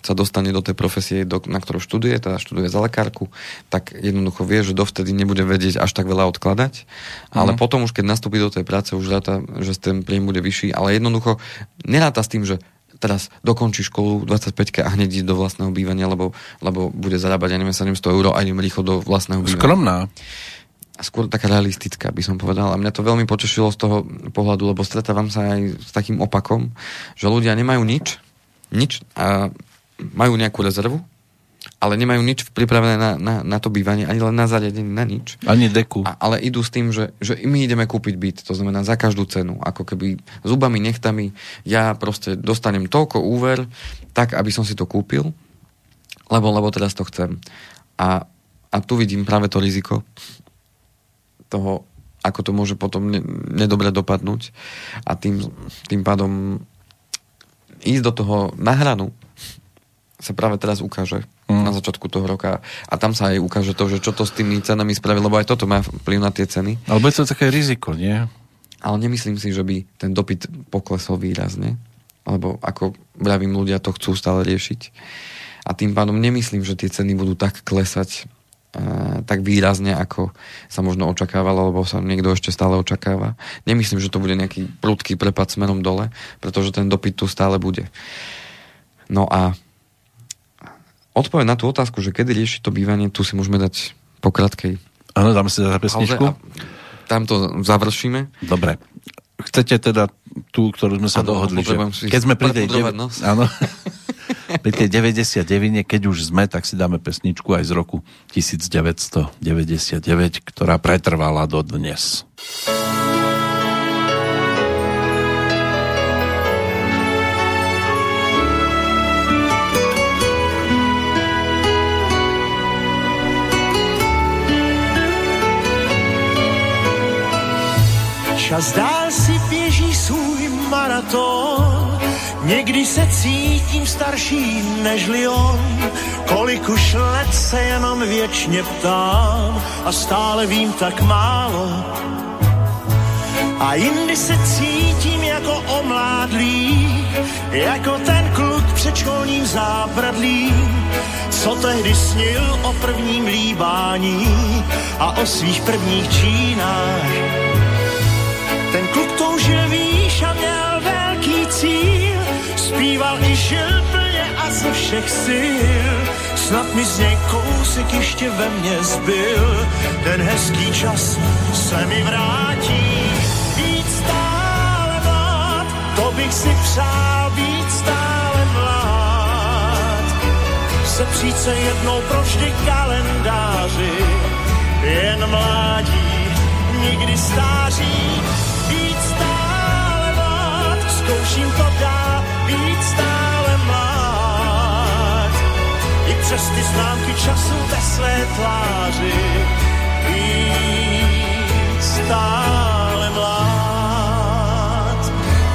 sa dostane do tej profesie, na ktorú študuje, teda študuje za lekárku, tak jednoducho vie, že dovtedy nebude vedieť až tak veľa odkladať, ale potom už keď nastúpi do tej práce, už ráta, že ten príjem bude vyšší, ale jednoducho neráta s tým, že teraz dokončí školu 25 a hneď ide do vlastného bývania, lebo bude zarábať, ja neviem, 700 € a idem rýchlo do vlastného bývania. Skromná. A skôr taká realistická, by som povedal. A mňa to veľmi potešilo z toho pohľadu, lebo stretávam sa aj s takým opakom, že ľudia nemajú nič a majú nejakú rezervu, ale nemajú nič pripravené na to bývanie, ani len na zariadenie, na nič. Ani deku. Ale idú s tým, že my ideme kúpiť byt, to znamená za každú cenu, ako keby zubami, nechtami, ja proste dostanem toľko úver, tak, aby som si to kúpil, lebo teraz to chcem. A tu vidím práve to riziko toho, ako to môže potom nedobre dopadnúť a tým pádom ísť do toho na hranu sa práve teraz ukáže na začiatku toho roka a tam sa aj ukáže to, že čo to s tými cenami spraví, lebo aj toto má vplyv na tie ceny. Ale je to také riziko, nie? Ale nemyslím si, že by ten dopyt poklesol výrazne, lebo ako vravím, ľudia to chcú stále riešiť a tým pádom nemyslím, že tie ceny budú tak klesať tak výrazne, ako sa možno očakávalo, lebo sa niekto ešte stále očakáva. Nemyslím, že to bude nejaký prudký prepad smerom dole, pretože ten dopyt tu stále bude. No a odpoveď na tú otázku, že kedy riešiť to bývanie, tu si môžeme dať po krátkej. Áno, dáme si za pesničku. Tam to završíme. Dobre. Chcete teda tú, ktorú sme sa dohodli, že keď sme pri tej áno, pri tej 99, keď už sme, tak si dáme pesničku aj z roku 1999, ktorá pretrvala do dnes. Čas dál si běží svůj maraton, někdy se cítím starší nežli on, kolik už let se jenom věčně ptám a stále vím tak málo. A jindy se cítím jako omládlý, jako ten kluk před školním zábradlím, co tehdy snil o prvním líbání a o svých prvních čínách. Ten kluk toužil výš a měl velký cíl, zpíval i žil plně a ze všech sil. Snad mi z něj kousek ještě ve mně zbyl, ten hezký čas se mi vrátí. Být stále mlád, to bych si přál, být stále mlád. Se přijít se jednou provždy kalendáři, jen mládí, nikdy stáří. Být stále mlád, zkouším to dál, být stále mlád. I přes ty známky času ve své tváři, být stále mlád.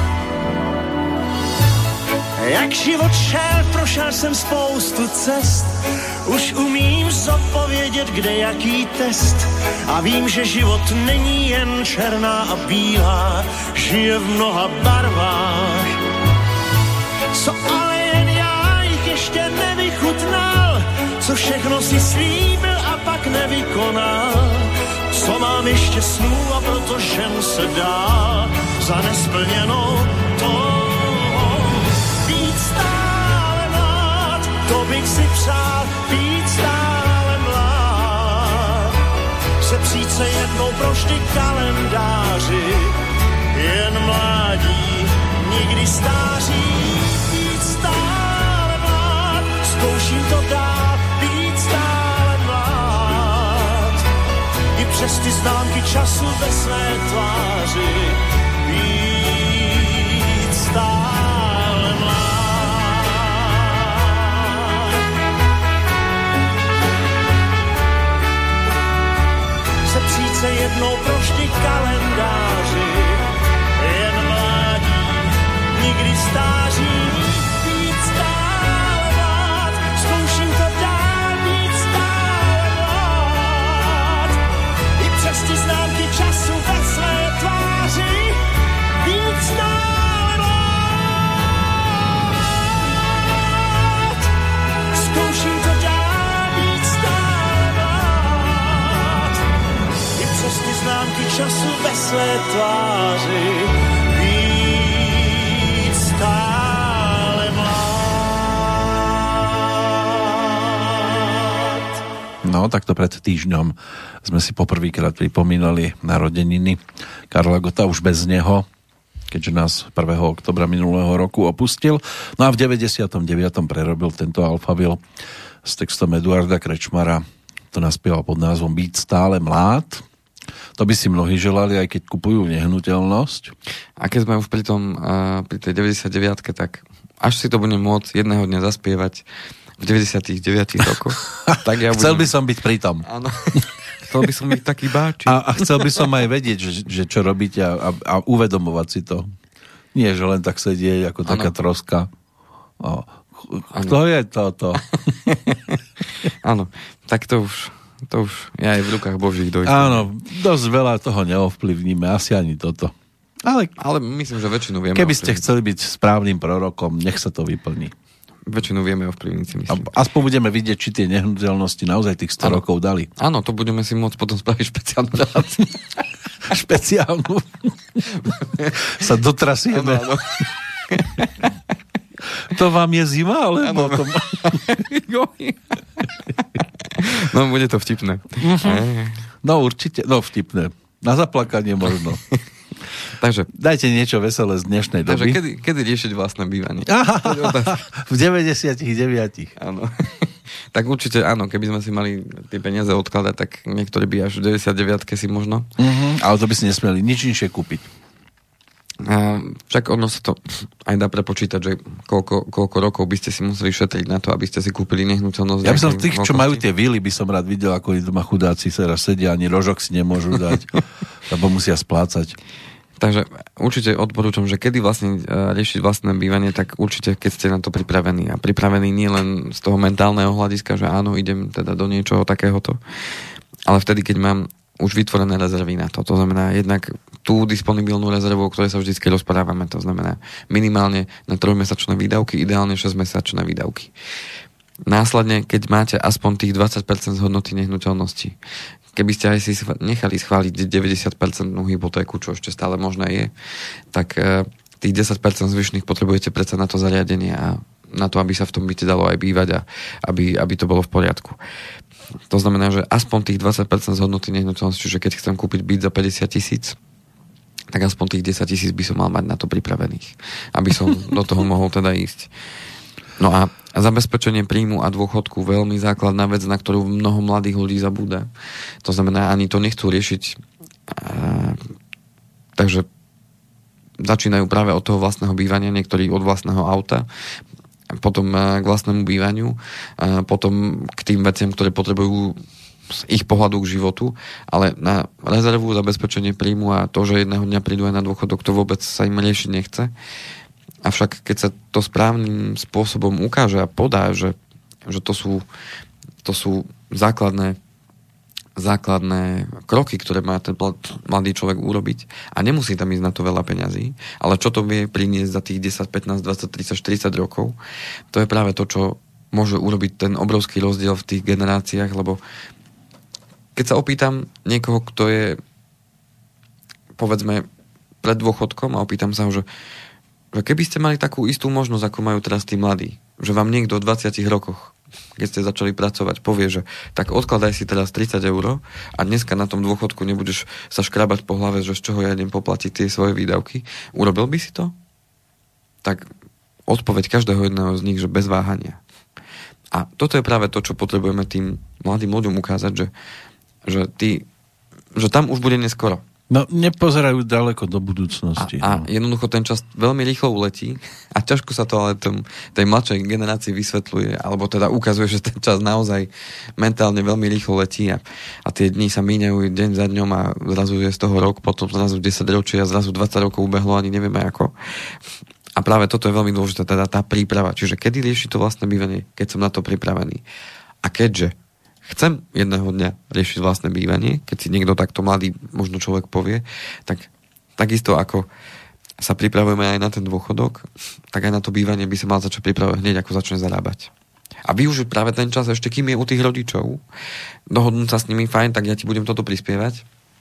Jak život šel, prošel jsem spoustu cest, už umím zodpovědět, kde jaký test. A vím, že život není jen černá a bílá, žije v mnoha barvách. Co ale jen já jich ještě nevychutnal, co všechno si slíbil a pak nevykonal. Co mám ještě snů a proto žen se dá za nesplněnou to. Být stále mlád, to bych si přál, být stále mlád. Se přijít se jednou provždy kalendáři, jen mládí, nikdy stáří. Být stále mlád, zkouším to dál, být stále mlád. I přes ty známky času ve své tváři, být stále mlád. Se přijít se jednou provždy kalendáři, jen mládí, nikdy stáří. Být stále mlád, zkouším to dál, být stále mlád. I přes ty známky času ve své tváři, být své tváři být stále mlád. No, takto pred týždňom sme si poprvýkrát pripomínali narodeniny Karla Gotta už bez neho, keďže nás 1. oktobra minulého roku opustil. No a v 99. prerobil tento Alphaville s textom Eduarda Krečmara. To naspieval pod názvom Být stále mlád. To by si mnohí želali, aj keď kupujú nehnuteľnosť. A keď sme už pri tej 99-ke, tak až si to budem môcť jedného dňa zaspievať v 99 rokoch. Tak ja chcel by som byť pri tom. Áno. Chcel by som byť taký báči. A chcel by som aj vedieť, že čo robíte a uvedomovať si to. Nie, že len tak sedieť ako taká troska. Kto je toto? Áno, tak to už je aj v rukách Božích dojde. Áno, dosť veľa toho neovplyvníme, asi ani toto. Ale myslím, že väčšinu vieme. Keby ste chceli byť správnym prorokom, nech sa to vyplní. Väčšinu vieme ovplyvniť, si myslím. Aspoň budeme vidieť, či tie nehnuteľnosti naozaj tých 100 rokov dali. Áno, to budeme si môcť potom spraviť špeciálnu reláciu. Špeciálnu. Sa dotrasieme. Áno. To vám je zima, alebo to... No, bude to vtipné. No, určite. No, vtipné. Na zaplakanie možno. Takže, dajte niečo veselé z dnešnej doby. Takže kedy riešiť vlastné bývanie? V 99. Áno. Tak určite áno, keby sme si mali tie peniaze odkladať, tak niektorí by až v 99-ke si možno. Ale to by si nesmeli nič inšie kúpiť. Však ono sa to aj dá prepočítať, že koľko rokov by ste si museli šetriť na to, aby ste si kúpili nehnuteľnosť. Ja by som tých, čo majú tie vily, by som rád videl, ako doma chudáci sa raz sedia, ani rožok si nemôžu dať, lebo musia splácať. Takže určite odporúčam, že kedy vlastne riešiť vlastné bývanie, tak určite, keď ste na to pripravení. A pripravení nie len z toho mentálneho hľadiska, že áno, idem teda do niečoho takéhoto, ale vtedy, keď mám už vytvorené rezervy na to. To znamená jednak tú disponibilnú rezervu, o ktorej sa vždy rozprávame. To znamená minimálne na 3-mesačné výdavky, ideálne 6-mesačné výdavky. Následne, keď máte aspoň tých 20% z hodnoty nehnuteľnosti, keby ste aj si nechali schváliť 90% hypotéku, čo ešte stále možné je, tak tých 10% zvyšných potrebujete predsa na to zariadenie a na to, aby sa v tom byte dalo aj bývať a aby to bolo v poriadku. To znamená, že aspoň tých 20% z hodnoty nehnuteľnosti, že keď chcem kúpiť byt za 50 000, tak aspoň tých 10 000 by som mal mať na to pripravených, aby som do toho mohol teda ísť. No a zabezpečenie príjmu a dôchodku, veľmi základná vec, na ktorú mnoho mladých ľudí zabúda. To znamená, ani to nechcú riešiť. Takže začínajú práve od toho vlastného bývania, niektorí od vlastného auta, potom k vlastnému bývaniu, potom k tým veciam, ktoré potrebujú z ich pohľadu k životu, ale na rezervu, zabezpečenie príjmu a to, že jedného dňa prídu aj na dôchodok, to vôbec sa im riešiť nechce. Avšak keď sa to správnym spôsobom ukáže a podá, že to sú základné kroky, ktoré má ten mladý človek urobiť a nemusí tam ísť na to veľa peňazí, ale čo to vie priniesť za tých 10, 15, 20, 30, 40 rokov, to je práve to, čo môže urobiť ten obrovský rozdiel v tých generáciách, lebo keď sa opýtam niekoho, kto je povedzme pred dôchodkom a opýtam sa ho, že keby ste mali takú istú možnosť, ako majú teraz tí mladí, že vám niekto v 20 rokoch, keď ste začali pracovať, povie, že tak odkladaj si teraz 30 € a dneska na tom dôchodku nebudeš sa škrabať po hlave, že z čoho ja idem poplatiť tie svoje výdavky. Urobil by si to? Tak odpoveď každého jedného z nich, že bez váhania. A toto je práve to, čo potrebujeme tým mladým ľuďom ukázať, že tam už bude neskoro. No, nepozerajú ďaleko do budúcnosti. A jednoducho ten čas veľmi rýchlo uletí a ťažko sa to ale tej mladšej generácii vysvetľuje, alebo teda ukazuje, že ten čas naozaj mentálne veľmi rýchlo letí a tie dni sa míňajú deň za dňom a zrazu je z toho rok, potom zrazu 10 ročí a zrazu 20 rokov ubehlo, ani nevieme ako. A práve toto je veľmi dôležité, teda tá príprava. Čiže kedy rieši to vlastné bývanie, keď som na to pripravený. A keďže chcem jedného dňa riešiť vlastné bývanie, keď si niekto takto mladý možno človek povie, tak takisto ako sa pripravujeme aj na ten dôchodok, tak aj na to bývanie by sa mal začať pripravovať hneď, ako začne zarábať. A využiť práve ten čas ešte, kým je u tých rodičov, dohodnúť sa s nimi, fajn, tak ja ti budem toto prispievať,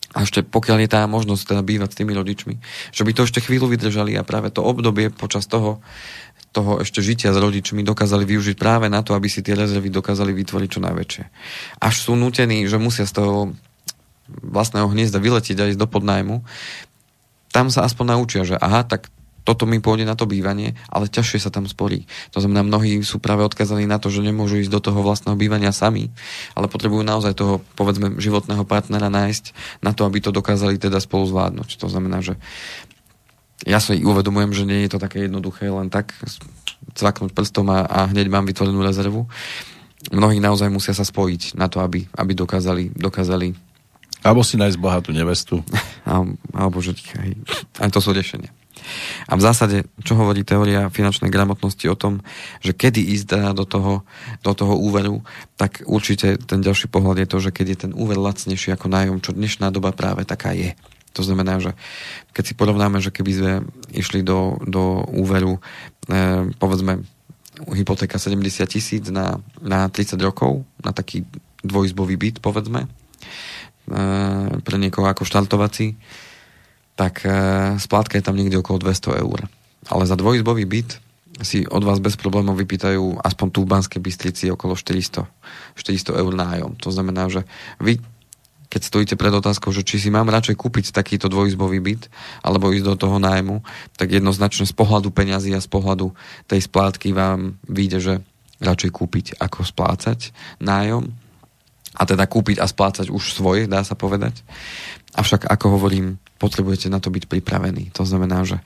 A ešte pokiaľ je tá možnosť teda bývať s tými rodičmi, že by to ešte chvíľu vydržali a práve to obdobie počas toho ešte žitia s rodičmi dokázali využiť práve na to, aby si tie rezervy dokázali vytvoriť čo najväčšie. Až sú nútení, že musia z toho vlastného hniezda vyletiť a ísť do podnájmu, tam sa aspoň naučia, že aha, tak toto mi pôjde na to bývanie, ale ťažšie sa tam sporí. To znamená, mnohí sú práve odkazaní na to, že nemôžu ísť do toho vlastného bývania sami, ale potrebujú naozaj toho, povedzme, životného partnera nájsť na to, aby to dokázali teda spolu zvládnuť. To znamená, že ja si uvedomujem, že nie je to také jednoduché len tak cvaknúť prstom a hneď mám vytvorenú rezervu. Mnohí naozaj musia sa spojiť na to, aby dokázali alebo si nájsť bohatú nevestu. Alebo že aj to sú riešenia. A v zásade, čo hovorí teória finančnej gramotnosti o tom, že kedy ísť do toho úveru, tak určite ten ďalší pohľad je to, že keď je ten úver lacnejší ako nájom, čo dnešná doba práve taká je. To znamená, že keď si porovnáme, že keby sme išli do úveru, povedzme, hypotéka 70 000 na 30 rokov, na taký dvojizbový byt, povedzme, pre niekoho ako štartovací, tak splátka je tam niekde okolo 200 eur. Ale za dvojizbový byt si od vás bez problémov vypýtajú aspoň tu v Banskej Bystrici okolo 400 eur nájom. To znamená, že vy keď stojíte pred otázkou, že či si mám radšej kúpiť takýto dvojizbový byt, alebo ísť do toho nájmu, tak jednoznačne z pohľadu peňazí a z pohľadu tej splátky vám vyjde, že radšej kúpiť ako splácať nájom. A teda kúpiť a splácať už svoje, dá sa povedať. Avšak, ako hovorím, potrebujete na to byť pripravení. To znamená, že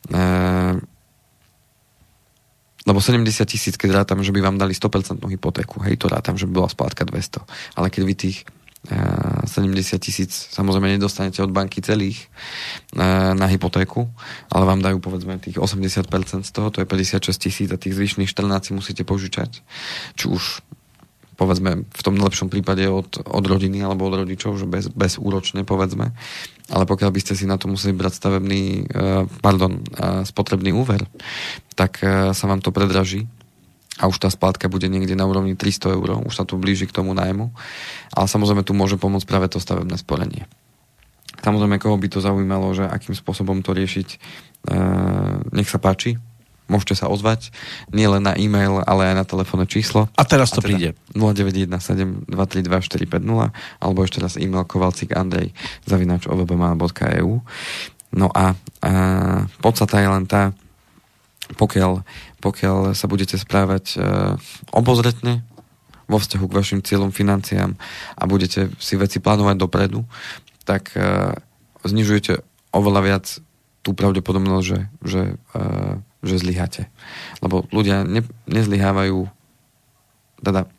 lebo 70 000, keď rátam, že by vám dali 100% hypotéku, hej, to rátam, že by bola splátka 200. Ale keď vy tých 70 000 samozrejme nedostanete od banky celých na hypotéku, ale vám dajú povedzme tých 80% z toho, to je 56 000 a tých zvyšných 14 si musíte požičať. Či už povedzme v tom lepšom prípade od rodiny alebo od rodičov, že bez úročne povedzme, ale pokiaľ by ste si na to museli brať spotrebný úver, tak sa vám to predraží a už tá splátka bude niekde na úrovni 300 eur, už sa to blíži k tomu nájmu. Ale samozrejme tu môže pomôcť práve to stavebné sporenie. Samozrejme, koho by to zaujímalo, že akým spôsobom to riešiť, nech sa páči, môžete sa ozvať, nie len na e-mail, ale aj na telefónne číslo. A teraz to príde. 0917 232 450 alebo ešte raz e-mail kovalcik@ovbma.eu. No a podstata je len tá, pokiaľ sa budete správať obozretne vo vzťahu k vašim cieľom, financiám a budete si veci plánovať dopredu, tak znižujete oveľa viac tú pravdepodobnosť, že zlyháte. Lebo ľudia nezlyhávajú teda...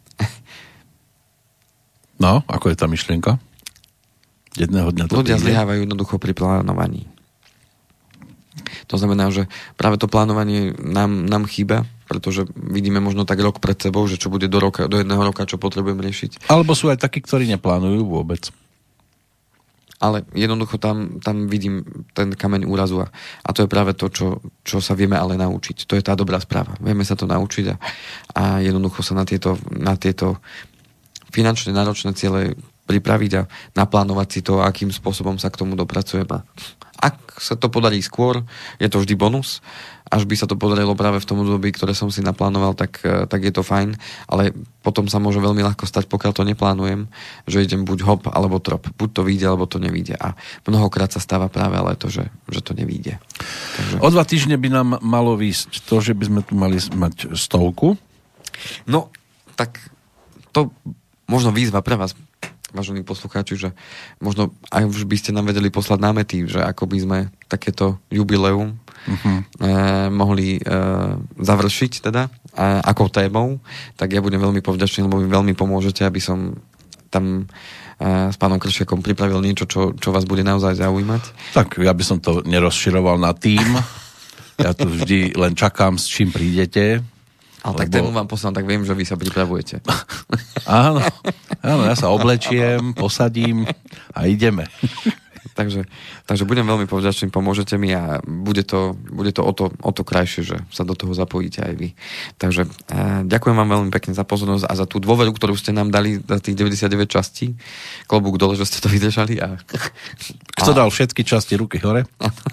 No, ako je tá myšlienka? Jedného dňa to ľudia zlyhávajú jednoducho pri plánovaní. To znamená, že práve to plánovanie nám chýba, pretože vidíme možno tak rok pred sebou, že čo bude do jedného roka, čo potrebujem riešiť. Alebo sú aj takí, ktorí neplánujú vôbec. Ale jednoducho tam vidím ten kameň úrazu a to je práve to, čo sa vieme ale naučiť. To je tá dobrá správa. Vieme sa to naučiť a jednoducho sa na tieto finančne náročné ciele pripraviť a naplánovať si to, akým spôsobom sa k tomu dopracujeme. Ak sa to podarí skôr, je to vždy bonus. Až by sa to podarilo práve v tom období, ktoré som si naplánoval, tak je to fajn. Ale potom sa môže veľmi ľahko stať, pokiaľ to neplánujem, že idem buď hop, alebo trop. Buď to vyjde, alebo to nevyjde. A mnohokrát sa stáva práve ale to, že to nevyjde. Takže... O 2 týždne by nám malo výsť to, že by sme tu mali mať 100. No, tak to možno výzva pre vás, vážení poslucháči, že možno aj už by ste nám vedeli poslať námety, že ako by sme takéto jubileum mohli završiť teda ako témou, tak ja budem veľmi povďačný, lebo mi veľmi pomôžete, aby som tam s pánom Kršiakom pripravil niečo, čo vás bude naozaj zaujímať. Tak ja by som to nerozširoval na tým. Ja tu vždy len čakám, s čím prídete. Ale tak tému vám poslám, tak viem, že vy sa pripravujete. Áno, ja sa oblečiem, posadím a ideme. Takže budem veľmi povďačný, pomôžete mi a bude to o to krajšie, že sa do toho zapojíte aj vy. Takže ďakujem vám veľmi pekne za pozornosť a za tú dôveru, ktorú ste nám dali za tých 99 častí. Klobúk dole, že ste to vydržali. Kto dal všetky časti, ruky hore.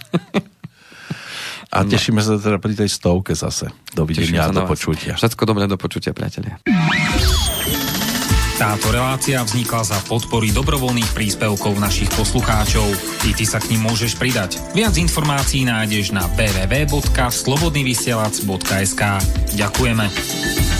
A tešíme sa teda pri tej 100 zase. Dovidenia a do počutia. Všetko dobré, do počutia, priatelia. Táto relácia vznikla za podpory dobrovoľných príspevkov našich poslucháčov. I ty sa k nim môžeš pridať. Viac informácií nájdeš na www.slobodnyvysielac.sk. Ďakujeme.